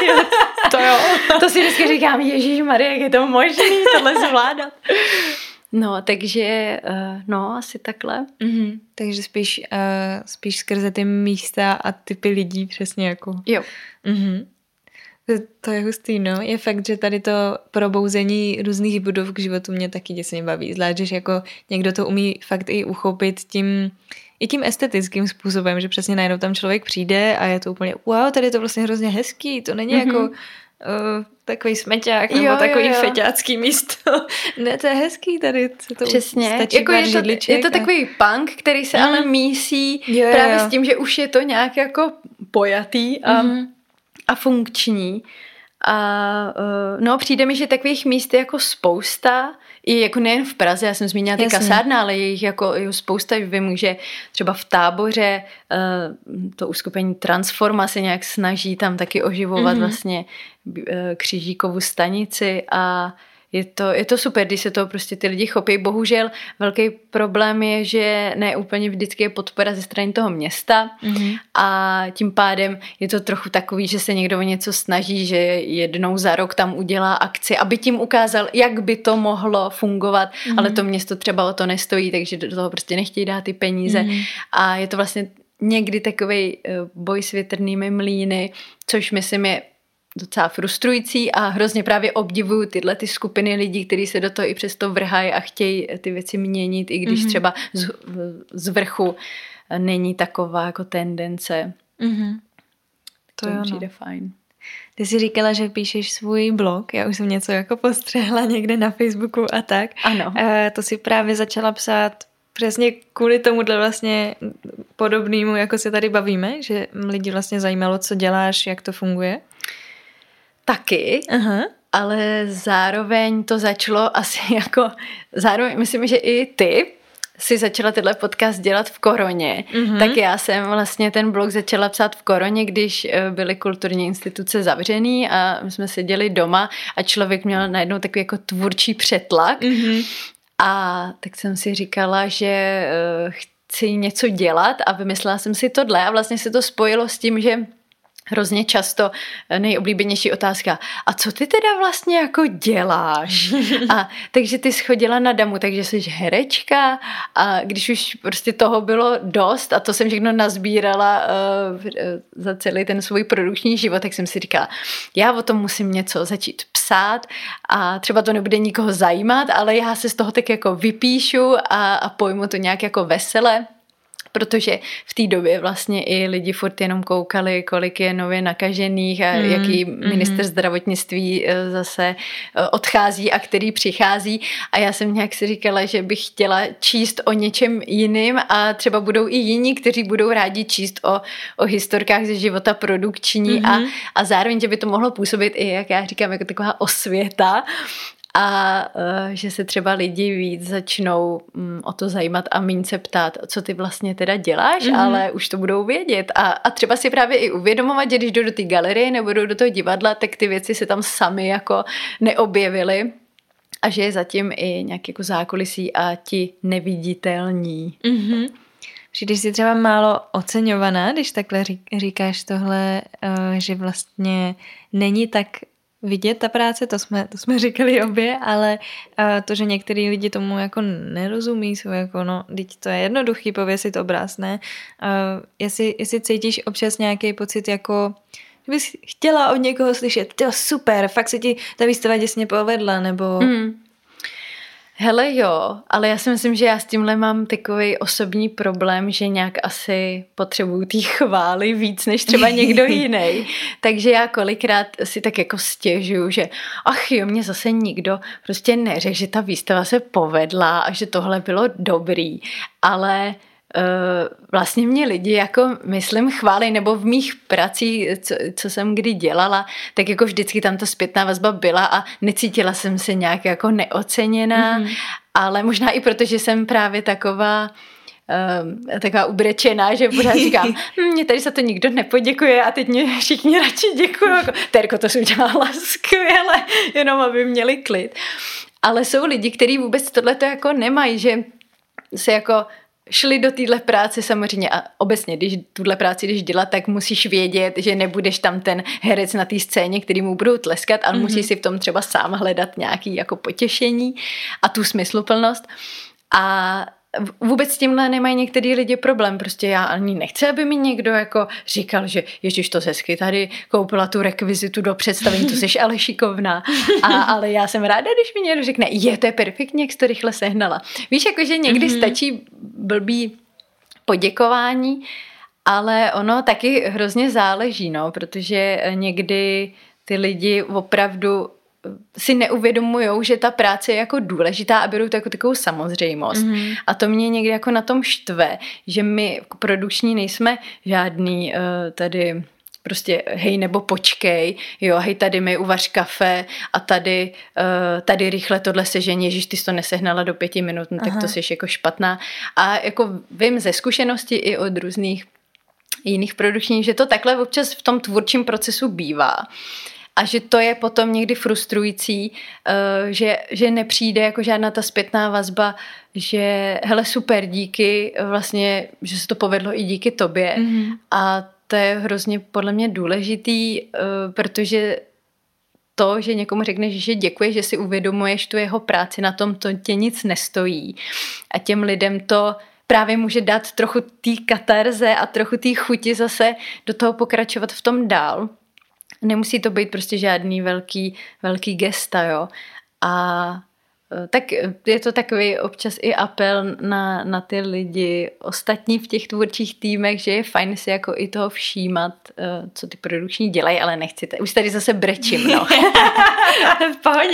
To jo. To si vždycky říkám, ježišmarja, jak je to možný tohle zvládat. No, takže, no, asi takhle. Mm-hmm. Takže spíš, uh, spíš skrze ty místa a typy lidí přesně jako. Jo. Mm-hmm. To, to je hustý, no. Je fakt, že tady to probouzení různých budov k životu mě taky děsně baví. Zvlášť, že jako někdo to umí fakt i uchopit tím, i tím estetickým způsobem, že přesně najednou tam člověk přijde a je to úplně wow, tady je to vlastně hrozně hezký, to není mm-hmm. jako uh, takový smeťák nebo jo, takový jo, jo. feťácký místo. Ne, to je hezký, tady se to přesně. Stačí jako je, to, je to a... takový punk, který se mm. ale mísí jo, právě jo. s tím, že už je to nějak jako pojatý a, mm. a funkční. A uh, no, přijde mi, že takových míst je jako spousta, i jako nejen v Praze, já jsem zmínila ty kasárny, ale je jich jako je spousta, vím, že třeba v Táboře uh, to uskupení Transforma se nějak snaží tam taky oživovat mm-hmm. vlastně uh, Křížíkovu stanici a je to, je to super, když se toho prostě ty lidi chopí. Bohužel velký problém je, že ne úplně vždycky je podpora ze strany toho města mm-hmm. a tím pádem je to trochu takový, že se někdo o něco snaží, že jednou za rok tam udělá akci, aby tím ukázal, jak by to mohlo fungovat, mm-hmm. ale to město třeba o to nestojí, takže do toho prostě nechtějí dát ty peníze mm-hmm. a je to vlastně někdy takovej boj s větrnými mlýny, což myslím je docela frustrující a hrozně právě obdivuju tyhle ty skupiny lidí, kteří se do toho i přesto vrhají a chtějí ty věci měnit, i když mm-hmm. třeba z, z vrchu není taková jako tendence. Mm-hmm. To, to přijde no. fajn. Ty jsi říkala, že píšeš svůj blog, já už jsem něco jako postřehla někde na Facebooku a tak. Ano. E, to si právě začala psát přesně kvůli tomuhle vlastně podobnému, jako se tady bavíme, že lidi vlastně zajímalo, co děláš, jak to funguje. Taky, Aha. ale zároveň to začalo asi jako, zároveň myslím, že i ty si začala tenhle podcast dělat v koroně, mm-hmm. tak já jsem vlastně ten blog začala psát v koroně, když byly kulturní instituce zavřený a my jsme seděli doma a člověk měl najednou takový jako tvůrčí přetlak mm-hmm. a tak jsem si říkala, že chci něco dělat a vymyslela jsem si tohle a vlastně se to spojilo s tím, že hrozně často nejoblíbenější otázka. A co ty teda vlastně jako děláš? A takže ty jsi chodila na damu, takže jsi herečka a když už prostě toho bylo dost a to jsem všechno nazbírala uh, za celý ten svůj produkční život, tak jsem si říkala, já o tom musím něco začít psát a třeba to nebude nikoho zajímat, ale já se z toho tak jako vypíšu a, a pojmu to nějak jako vesele. Protože v té době vlastně i lidi furt jenom koukali, kolik je nově nakažených a mm, jaký mm. minister zdravotnictví zase odchází a který přichází. A já jsem nějak si říkala, že bych chtěla číst o něčem jiným a třeba budou i jiní, kteří budou rádi číst o, o historkách ze života produkční mm-hmm. a, a zároveň, že by to mohlo působit i, jak já říkám, jako taková osvěta. A uh, že se třeba lidi víc začnou um, o to zajímat a míň se ptát, co ty vlastně teda děláš, mm-hmm. ale už to budou vědět. A, a třeba si právě i uvědomovat, že když jdu do té galerie nebo jdu do toho divadla, tak ty věci se tam sami jako neobjevily a že je zatím i nějak jako zákulisí a ti neviditelní. Mm-hmm. Přijdeš si třeba málo oceňovaná, když takhle říkáš tohle, uh, že vlastně není tak vidět ta práce, to jsme, to jsme říkali obě, ale uh, to, že některý lidi tomu jako nerozumí, jsou jako, no, teď to je jednoduchý pověsit obraz, ne? Uh, jestli, jestli cítíš občas nějaký pocit jako, že bys chtěla od někoho slyšet, to super, fakt se ti ta výstava děsně povedla, nebo... Mm. Hele jo, ale já si myslím, že já s tímhle mám takový osobní problém, že nějak asi potřebuju té chvály víc než třeba někdo jiný. Takže já kolikrát si tak jako stěžuju, že ach jo, mě zase nikdo prostě neřekl, že ta výstava se povedla a že tohle bylo dobrý, ale... Uh, vlastně mě lidi jako myslím chválí, nebo v mých pracích, co, co jsem kdy dělala, tak jako vždycky tam ta zpětná vazba byla a necítila jsem se nějak jako neoceněná, mm-hmm. ale možná i proto, že jsem právě taková uh, taková ubrečená, že pořád říkám, mně tady za to nikdo nepoděkuje a teď mě všichni radši děkují. Jako, Terko, to jsi udělala skvěle, jenom aby měli klid. Ale jsou lidi, kteří vůbec tohleto jako nemají, že se jako šli do téhle práce samozřejmě a obecně, když tuhle práci když dělat, tak musíš vědět, že nebudeš tam ten herec na té scéně, který mu budou tleskat, ale mm-hmm. musíš si v tom třeba sám hledat nějaký jako potěšení a tu smysluplnost. A vůbec s tímhle nemají některý lidi problém, prostě já ani nechci, aby mi někdo jako říkal, že ježiš, to hezky tady koupila tu rekvizitu do představení, to jsi ale šikovná, a, ale já jsem ráda, když mi někdo řekne, je, to je perfektně, jak jsi to rychle sehnala. Víš, jakože někdy mm-hmm. stačí blbý poděkování, ale ono taky hrozně záleží, no, protože někdy ty lidi opravdu si neuvědomujou, že ta práce je jako důležitá a berou to jako takovou samozřejmost. Mm-hmm. A to mě někdy jako na tom štve, že my jako produkční nejsme žádný uh, tady prostě hej nebo počkej, jo, hej tady mi uvař kafe a tady, uh, tady rychle tohle sežení, ježiš, ty jsi to nesehnala do pěti minut, no, tak to jsi jako špatná. A jako vím ze zkušenosti i od různých jiných produkčních, že to takhle občas v tom tvůrčím procesu bývá. A že to je potom někdy frustrující, že, že nepřijde jako žádná ta zpětná vazba, že hele super, díky, vlastně, že se to povedlo i díky tobě. Mm-hmm. A to je hrozně podle mě důležitý, protože to, že někomu řekneš, že děkuje, že si uvědomuješ tu jeho práci, na tom to tě nic nestojí. A těm lidem to právě může dát trochu té katarze a trochu té chuti zase do toho pokračovat v tom dál. Nemusí to být prostě žádný velký, velký gesta, jo. A tak je to takový občas i apel na, na ty lidi ostatní v těch tvůrčích týmech, že je fajn si jako i toho všímat, co ty produkční dělají, ale nechci, už tady zase brečím, no. V pohodě.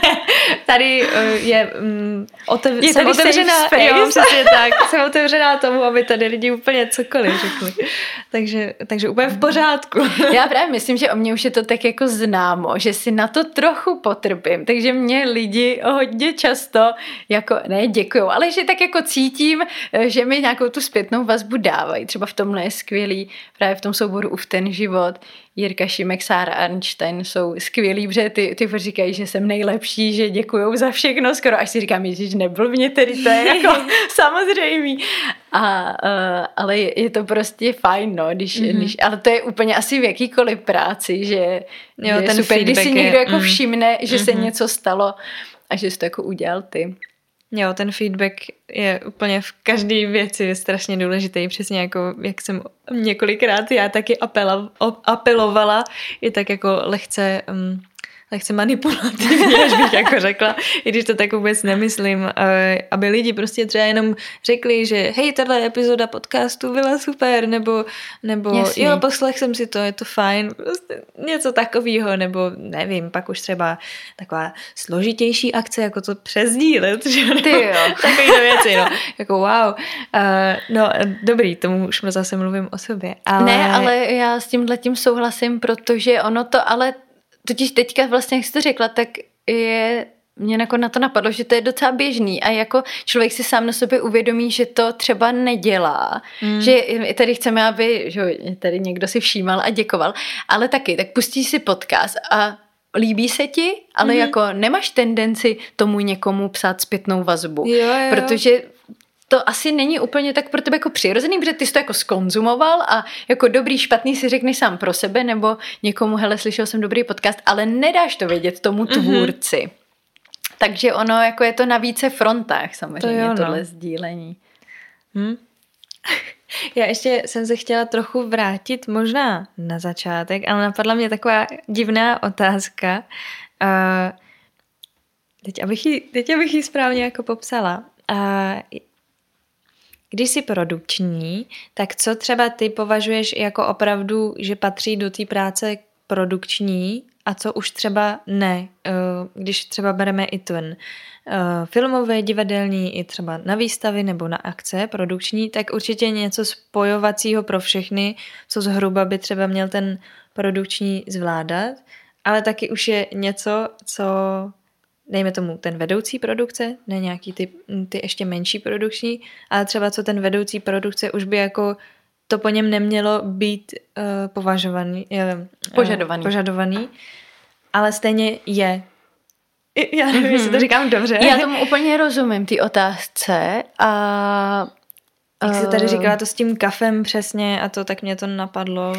Tady je, um, otev, je jsem tady otevřená, jo, přesně tak, jsem otevřená tomu, aby tady lidi úplně cokoliv řekli. Takže, takže úplně v pořádku. Já právě myslím, že o mě už je to tak jako známo, že si na to trochu potrpím, takže mě lidi hodně často jako, ne děkujou, ale že tak jako cítím, že mi nějakou tu zpětnou vazbu dávají. Třeba v tomhle je skvělý, právě v tom souboru Uf ten život, Jirka Šimek, Sára Arnstein jsou skvělí, protože ty, ty říkají, že jsem nejlepší, že děkujou za všechno, skoro až si říkám, ježiš, neblbně, tedy to je jako samozřejmý. A, uh, ale je, je to prostě fajn, no, když, mm-hmm. když, ale to je úplně asi v jakýkoliv práci, že, jo, že ten super, když si někdo je, jako mm. všimne, že mm-hmm. se něco stalo a že jsi to jako udělal ty. Jo, ten feedback je úplně v každé věci je strašně důležitý, přesně jako, jak jsem několikrát já taky apela, apelovala, je tak jako lehce, um, lehce manipulativně, až bych jako řekla, i když to tak vůbec nemyslím, aby lidi prostě třeba jenom řekli, že hej, tato epizoda podcastu byla super, nebo, nebo jo, poslech jsem si to, je to fajn, prostě něco takového, nebo nevím, pak už třeba taková složitější akce, jako to přesdílet, že ty jo. Takovýhle věci, no, jako wow. Uh, no, dobrý, tomu už zase mluvím o sobě. Ale... Ne, ale já s tímhletím souhlasím, protože ono to ale totiž teďka vlastně, jak jsi to řekla, tak je, mě jako na to napadlo, že to je docela běžný a jako člověk si sám na sobě uvědomí, že to třeba nedělá, mm. že tady chceme, aby že tady někdo si všímal a děkoval, ale taky, tak pustíš si podcast a líbí se ti, ale mm. jako nemáš tendenci tomu někomu psát zpětnou vazbu, jo, jo. protože to asi není úplně tak pro tebe jako přirozený, protože ty jsi to jako skonzumoval a jako dobrý, špatný si řekneš sám pro sebe nebo někomu, hele, slyšel jsem dobrý podcast, ale nedáš to vědět tomu tvůrci. Mm-hmm. Takže ono jako je to na více frontách samozřejmě, to jo, no. Tohle sdílení. Hmm. Já ještě jsem se chtěla trochu vrátit možná na začátek, ale napadla mě taková divná otázka. Uh, teď, abych ji, teď abych ji správně jako popsala. Uh, Když jsi produkční, tak co třeba ty považuješ jako opravdu, že patří do té práce produkční a co už třeba ne, když třeba bereme i ten filmové, divadelní, i třeba na výstavy nebo na akce produkční, tak určitě něco spojovacího pro všechny, co zhruba by třeba měl ten produkční zvládat, ale taky už je něco, co... dejme tomu ten vedoucí produkce, ne nějaký ty, ty ještě menší produkční, ale třeba co ten vedoucí produkce už by jako to po něm nemělo být uh, považovaný, uh, požadovaný. požadovaný, ale stejně je. Já nevím, mm-hmm. jestli to říkám dobře. Já tomu úplně rozumím, ty otázce a Jak jsi tady říkala to s tím kafem přesně a to, tak mě to napadlo.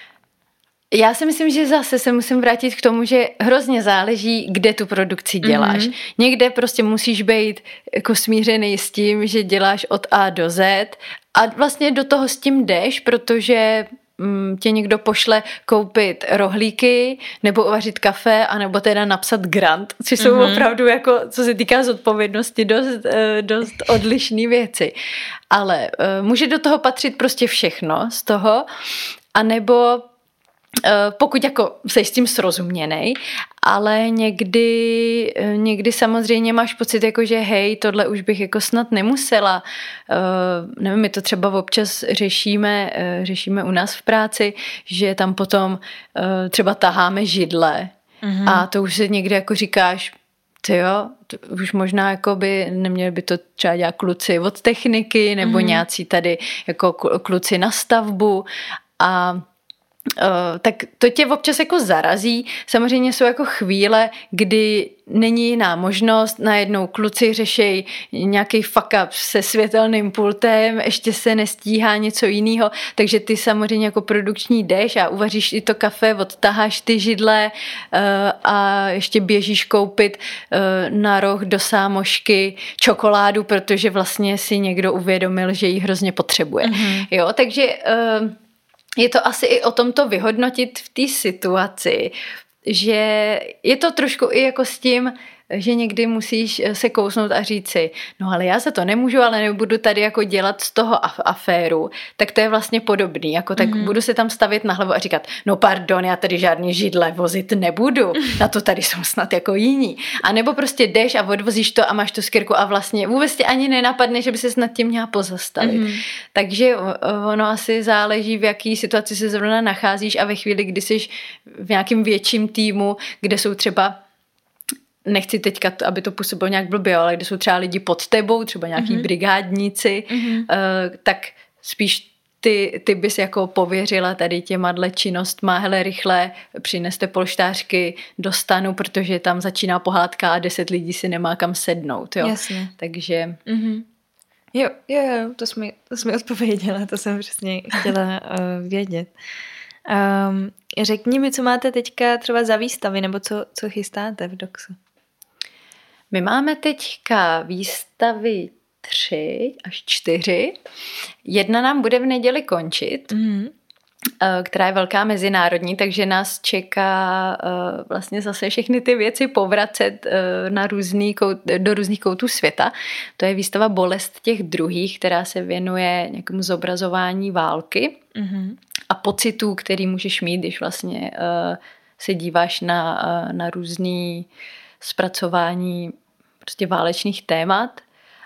Já si myslím, že zase se musím vrátit k tomu, že hrozně záleží, kde tu produkci děláš. Mm-hmm. Někde prostě musíš být jako smířený s tím, že děláš od A do Z a vlastně do toho s tím jdeš, protože mm, tě někdo pošle koupit rohlíky nebo uvařit kafe a nebo teda napsat grant, což jsou mm-hmm. opravdu jako, co se týká zodpovědnosti, dost, dost odlišné věci. Ale může do toho patřit prostě všechno z toho, anebo pokud jako seš s tím srozuměnej, ale někdy, někdy samozřejmě máš pocit, jako že hej, tohle už bych jako snad nemusela. Uh, nevím, my to třeba občas řešíme, uh, řešíme u nás v práci, že tam potom uh, třeba taháme židle mm-hmm. a to už se někdy jako říkáš, ty jo, to už možná jako by neměli by to třeba dělat kluci od techniky nebo mm-hmm. nějací tady jako kluci na stavbu a Uh, tak to tě občas jako zarazí. Samozřejmě jsou jako chvíle, kdy není jiná možnost, najednou kluci řešejí nějaký fuck up se světelným pultem, ještě se nestíhá něco jiného, takže ty samozřejmě jako produkční jdeš a uvaříš i to kafe, odtaháš ty židle uh, a ještě běžíš koupit uh, na roh do sámošky čokoládu, protože vlastně si někdo uvědomil, že ji hrozně potřebuje. Mm-hmm. Jo, takže uh, je to asi i o tom to vyhodnotit v té situaci, že je to trošku i jako s tím, že někdy musíš se kousnout a říct si, no ale já za to nemůžu, ale nebudu tady jako dělat z toho af- aféru, tak to je vlastně podobný, jako tak mm-hmm. budu se tam stavět na hlavu a říkat, no pardon, já tady žádný židle vozit nebudu, na to tady jsou snad jako jiní. A nebo prostě jdeš a odvozíš to a máš tu skyrku a vlastně vůbec ti ani nenapadne, že by se snad tím měla pozastavit. Mm-hmm. Takže ono asi záleží, v jaký situaci se zrovna nacházíš a ve chvíli, kdy jsi v nějakém větším týmu, kde jsou třeba nechci teďka, aby to působilo nějak blbě, ale kde jsou třeba lidi pod tebou, třeba nějaký mm-hmm. brigádníci, mm-hmm. uh, tak spíš ty, ty bys jako pověřila tady těmadle činnostma, hele rychle přineste polštářky do stanu, protože tam začíná pohádka a deset lidí si nemá kam sednout. Jo? Jasně. Takže... Mm-hmm. Jo, jo, jo, to jsi mi, to jsi mi odpověděla, to jsem přesně chtěla uh, vědět. Um, řekni mi, co máte teďka třeba za výstavy, nebo co, co chystáte v Doxu? My máme teďka výstavy tři až čtyři. Jedna nám bude v neděli končit, mm-hmm. která je velká mezinárodní, takže nás čeká vlastně zase všechny ty věci povracet na různý kout, do různých koutů světa. To je výstava Bolest těch druhých, která se věnuje nějakému zobrazování války mm-hmm. a pocitů, který můžeš mít, když vlastně se díváš na, na různý zpracování prostě válečných témat.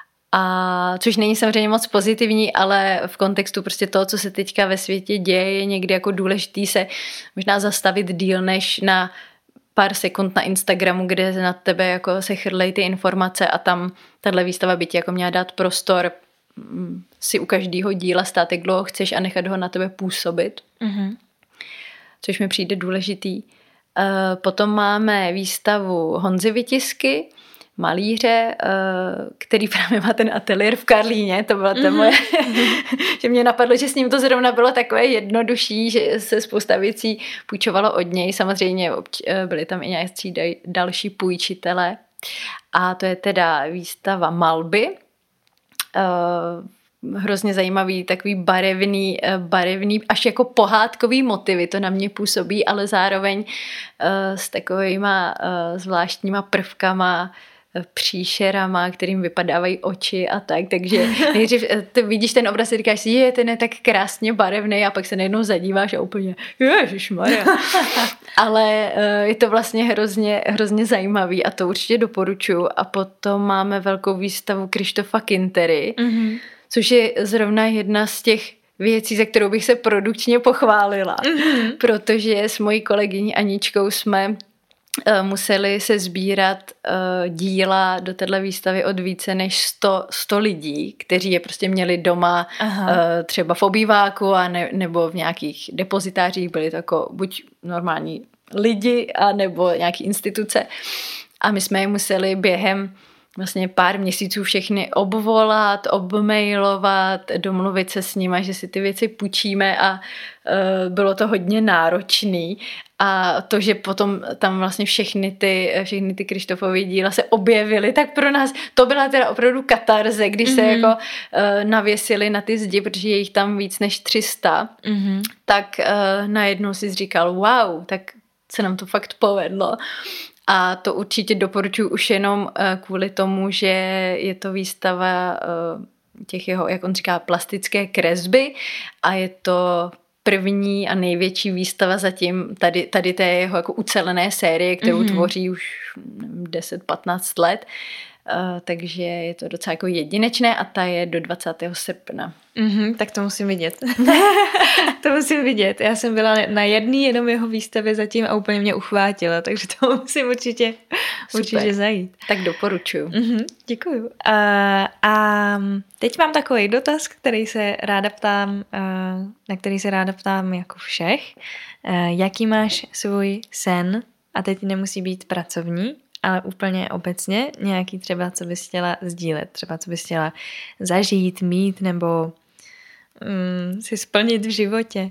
A což není samozřejmě moc pozitivní, ale v kontextu prostě toho, co se teďka ve světě děje, je někdy jako důležitý se možná zastavit díl než na pár sekund na Instagramu, kde na tebe jako se chrlej ty informace a tam tahle výstava by ti jako měla dát prostor si u každého díla stát, jak dlouho chceš a nechat ho na tebe působit. Mm-hmm. Což mi přijde důležitý. Potom máme výstavu Honzy Vytisky, malíře, který právě má ten ateliér v Karlíně, to bylo to moje, mm-hmm. že mě napadlo, že s ním to zrovna bylo takové jednodušší, že se spousta věcí půjčovalo od něj, samozřejmě byli tam i nějaký další půjčitele a to je teda výstava malby, hrozně zajímavý, takový barevný, barevný, až jako pohádkový motivy, to na mě působí, ale zároveň uh, s takovýma uh, zvláštníma prvkama, příšerama, kterým vypadávají oči a tak, takže nejdřív ty vidíš ten obraz a říkáš si, je, ten je tak krásně barevný a pak se najednou zadíváš a úplně, ježišmarja. Ale uh, je to vlastně hrozně, hrozně zajímavý a to určitě doporučuji. A potom máme velkou výstavu Krištofa Kintery, mm-hmm. což je zrovna jedna z těch věcí, za kterou bych se produkčně pochválila, mm-hmm. protože s mojí kolegyní Aničkou jsme uh, museli se sbírat uh, díla do téhle výstavy od více než sto, sto lidí, kteří je prostě měli doma uh, třeba v obýváku a ne, nebo v nějakých depozitářích, byly to jako buď normální lidi a nebo nějaký instituce a my jsme je museli během vlastně pár měsíců všechny obvolat, obmailovat, domluvit se s nima, že si ty věci půjčíme a uh, bylo to hodně náročný. A to, že potom tam vlastně všechny ty, všechny ty Krištofovy díla se objevily, tak pro nás to byla teda opravdu katarze, když mm-hmm. se jako uh, navěsili na ty zdi, protože je jich tam víc než tři sta, mm-hmm. tak uh, najednou si říkal, wow, tak se nám to fakt povedlo. A to určitě doporučuji už jenom uh, kvůli tomu, že je to výstava uh, těch jeho, jak on říká, plastické kresby a je to první a největší výstava zatím tady, tady té jeho jako ucelené série, kterou mm-hmm. tvoří už deset patnáct let. Uh, takže je to docela jako jedinečné a ta je do dvacátého srpna. Mm-hmm, tak to musím vidět. To musím vidět. Já jsem byla na jedné jenom jeho výstavě zatím a úplně mě uchvátila, takže to musím určitě, určitě zajít. Tak doporučuju. Mm-hmm, děkuju. Uh, a teď mám takový dotaz, který se ráda ptám, uh, na který se ráda ptám jako všech. Uh, jaký máš svůj sen? A teď nemusí být pracovní, ale úplně obecně nějaký třeba, co bys chtěla sdílet, třeba co bys chtěla zažít, mít nebo mm, si splnit v životě.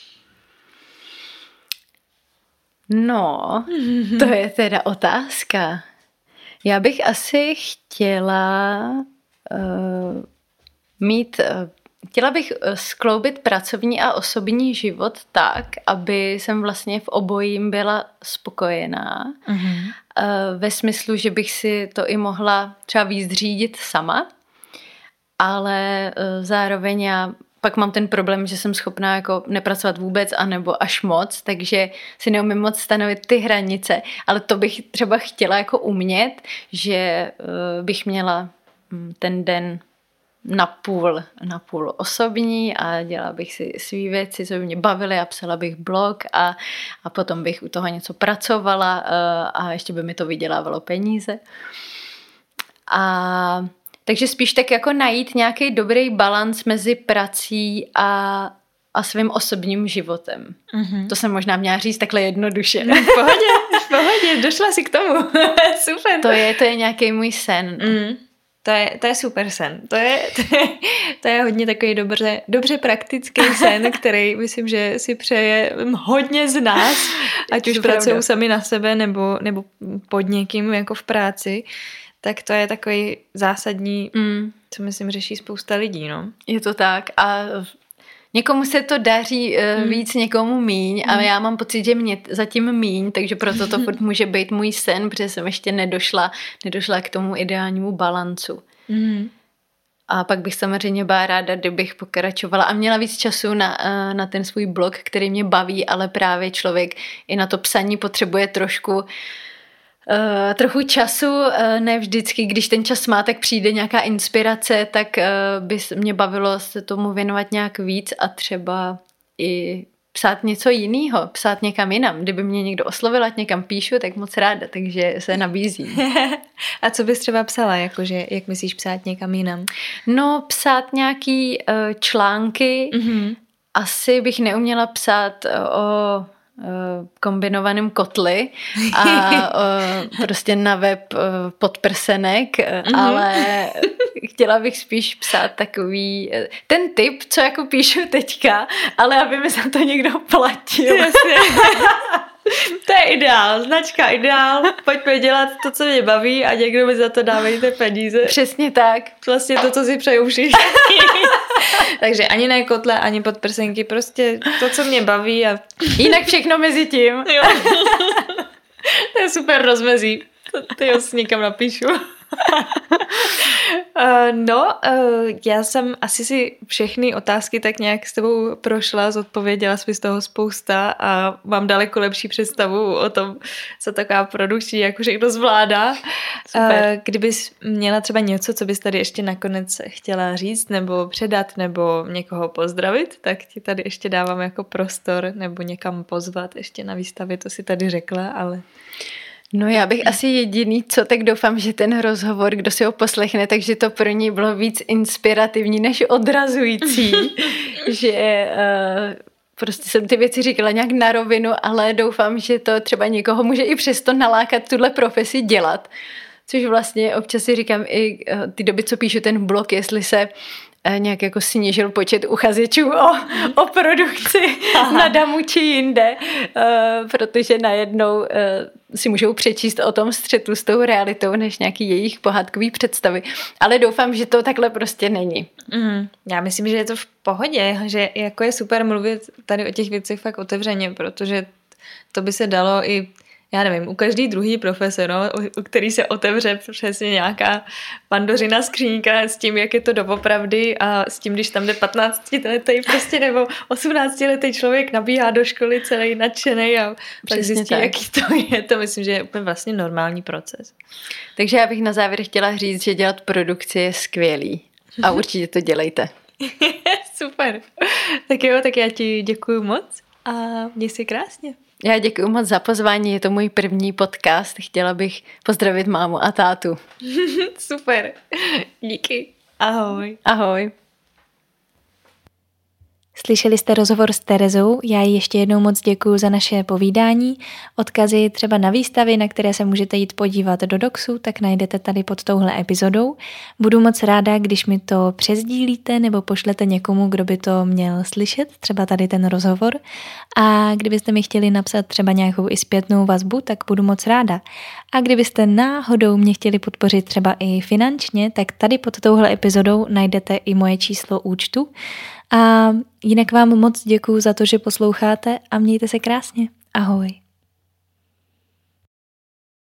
No, to je teda otázka. Já bych asi chtěla uh, mít, uh, chtěla bych skloubit pracovní a osobní život tak, aby jsem vlastně v obojím byla spokojená. Mm-hmm. Uh, ve smyslu, že bych si to i mohla třeba víc řídit sama, ale uh, zároveň já pak mám ten problém, že jsem schopná jako nepracovat vůbec anebo až moc, takže si neumím moc stanovit ty hranice, ale to bych třeba chtěla jako umět, že uh, bych měla ten den na půl, na půl osobní a dělala bych si svý věci, co by mě bavily a psala bych blog a, a potom bych u toho něco pracovala a, a ještě by mi to vydělávalo peníze. A takže spíš tak jako najít nějaký dobrý balans mezi prací a, a svým osobním životem. Mm-hmm. To jsem možná měla říct takhle jednoduše. V pohodě, v pohodě, došla si k tomu. Super. To je, to je nějaký můj sen. Mm. To je, to je super sen. To je, to je, to je hodně takový dobře, dobře praktický sen, který myslím, že si přeje hodně z nás, ať už pracují sami na sebe nebo, nebo pod někým jako v práci. Tak to je takový zásadní, mm. co myslím řeší spousta lidí. No. Je to tak a někomu se to daří mm. víc, někomu míň, mm. ale já mám pocit, že mě zatím míň, takže proto to furt může být můj sen, protože jsem ještě nedošla, nedošla k tomu ideálnímu balancu. Mm. A pak bych samozřejmě byla ráda, kdybych pokračovala a měla víc času na, na ten svůj blog, který mě baví, ale právě člověk i na to psaní potřebuje trošku Uh, trochu času, uh, ne vždycky, když ten čas má, tak přijde nějaká inspirace, tak uh, by mě bavilo se tomu věnovat nějak víc a třeba i psát něco jiného, psát někam jinam. Kdyby mě někdo oslovil, ať někam píšu, tak moc ráda, takže se nabízí. A co bys třeba psala, jakože, jak myslíš psát někam jinam? No, psát nějaký uh, články. Mm-hmm. Asi bych neuměla psát o kombinovaném kotli a o, prostě na web podprsenek, mm-hmm. ale chtěla bych spíš psát takový ten typ, co jako píšu teďka, ale aby mi za to někdo platil. Jasně. To je ideál, značka ideál, pojďme dělat to, co mě baví a někdo mi za to dávejte peníze. Přesně tak. Vlastně to, co si přeju všichni. Takže ani ne kotle, ani podprsenky, prostě to, co mě baví a jinak všechno mezi tím. Jo. To je super rozmezí. To jo, si někam napíšu. Uh, no, uh, já jsem asi si všechny otázky tak nějak s tebou prošla, zodpověděla jsi z toho spousta a mám daleko lepší představu o tom, co taková produkční jako všechno zvládá. Uh, kdybys měla třeba něco, co bys tady ještě nakonec chtěla říct nebo předat nebo někoho pozdravit, tak ti tady ještě dávám jako prostor nebo někam pozvat ještě na výstavě, to si tady řekla, ale... No já bych asi jediný, co tak doufám, že ten rozhovor, kdo si ho poslechne, takže to pro něj bylo víc inspirativní než odrazující, že uh, prostě jsem ty věci říkala nějak na rovinu, ale doufám, že to třeba někoho může i přesto nalákat tuhle profesi dělat, což vlastně občas si říkám i ty doby, co píšu ten blog, jestli se nějak jako snížil počet uchazečů o, o produkci Aha. na Damu či jinde, uh, protože najednou uh, si můžou přečíst o tom střetu s tou realitou, než nějaký jejich pohádkový představy. Ale doufám, že to takhle prostě není. Mm, já myslím, že je to v pohodě, že jako je super mluvit tady o těch věcech fakt otevřeně, protože to by se dalo i já nevím, u každý druhý profesor, no, u který se otevře přesně nějaká pandořina skříňka s tím, jak je to doopravdy a s tím, když tam jde patnáctiletý prostě nebo osmnáctiletý člověk nabíhá do školy celý nadšenej a pak zjistí, tak. jaký to je. To myslím, že je úplně vlastně normální proces. Takže já bych na závěr chtěla říct, že dělat produkci je skvělý a určitě to dělejte. Super. Tak jo, tak já ti děkuju moc a měj si krásně. Já děkuji moc za pozvání, je to můj první podcast. Chtěla bych pozdravit mámu a tátu. Super, díky. Ahoj. Ahoj. Slyšeli jste rozhovor s Terezou, já jí ještě jednou moc děkuju za naše povídání. Odkazy třeba na výstavy, na které se můžete jít podívat do Doxu, tak najdete tady pod touhle epizodou. Budu moc ráda, když mi to přesdílíte nebo pošlete někomu, kdo by to měl slyšet, třeba tady ten rozhovor. A kdybyste mi chtěli napsat třeba nějakou i zpětnou vazbu, tak budu moc ráda. A kdybyste náhodou mě chtěli podpořit třeba i finančně, tak tady pod touhle epizodou najdete i moje číslo účtu. A jinak vám moc děkuju za to, že posloucháte a mějte se krásně. Ahoj.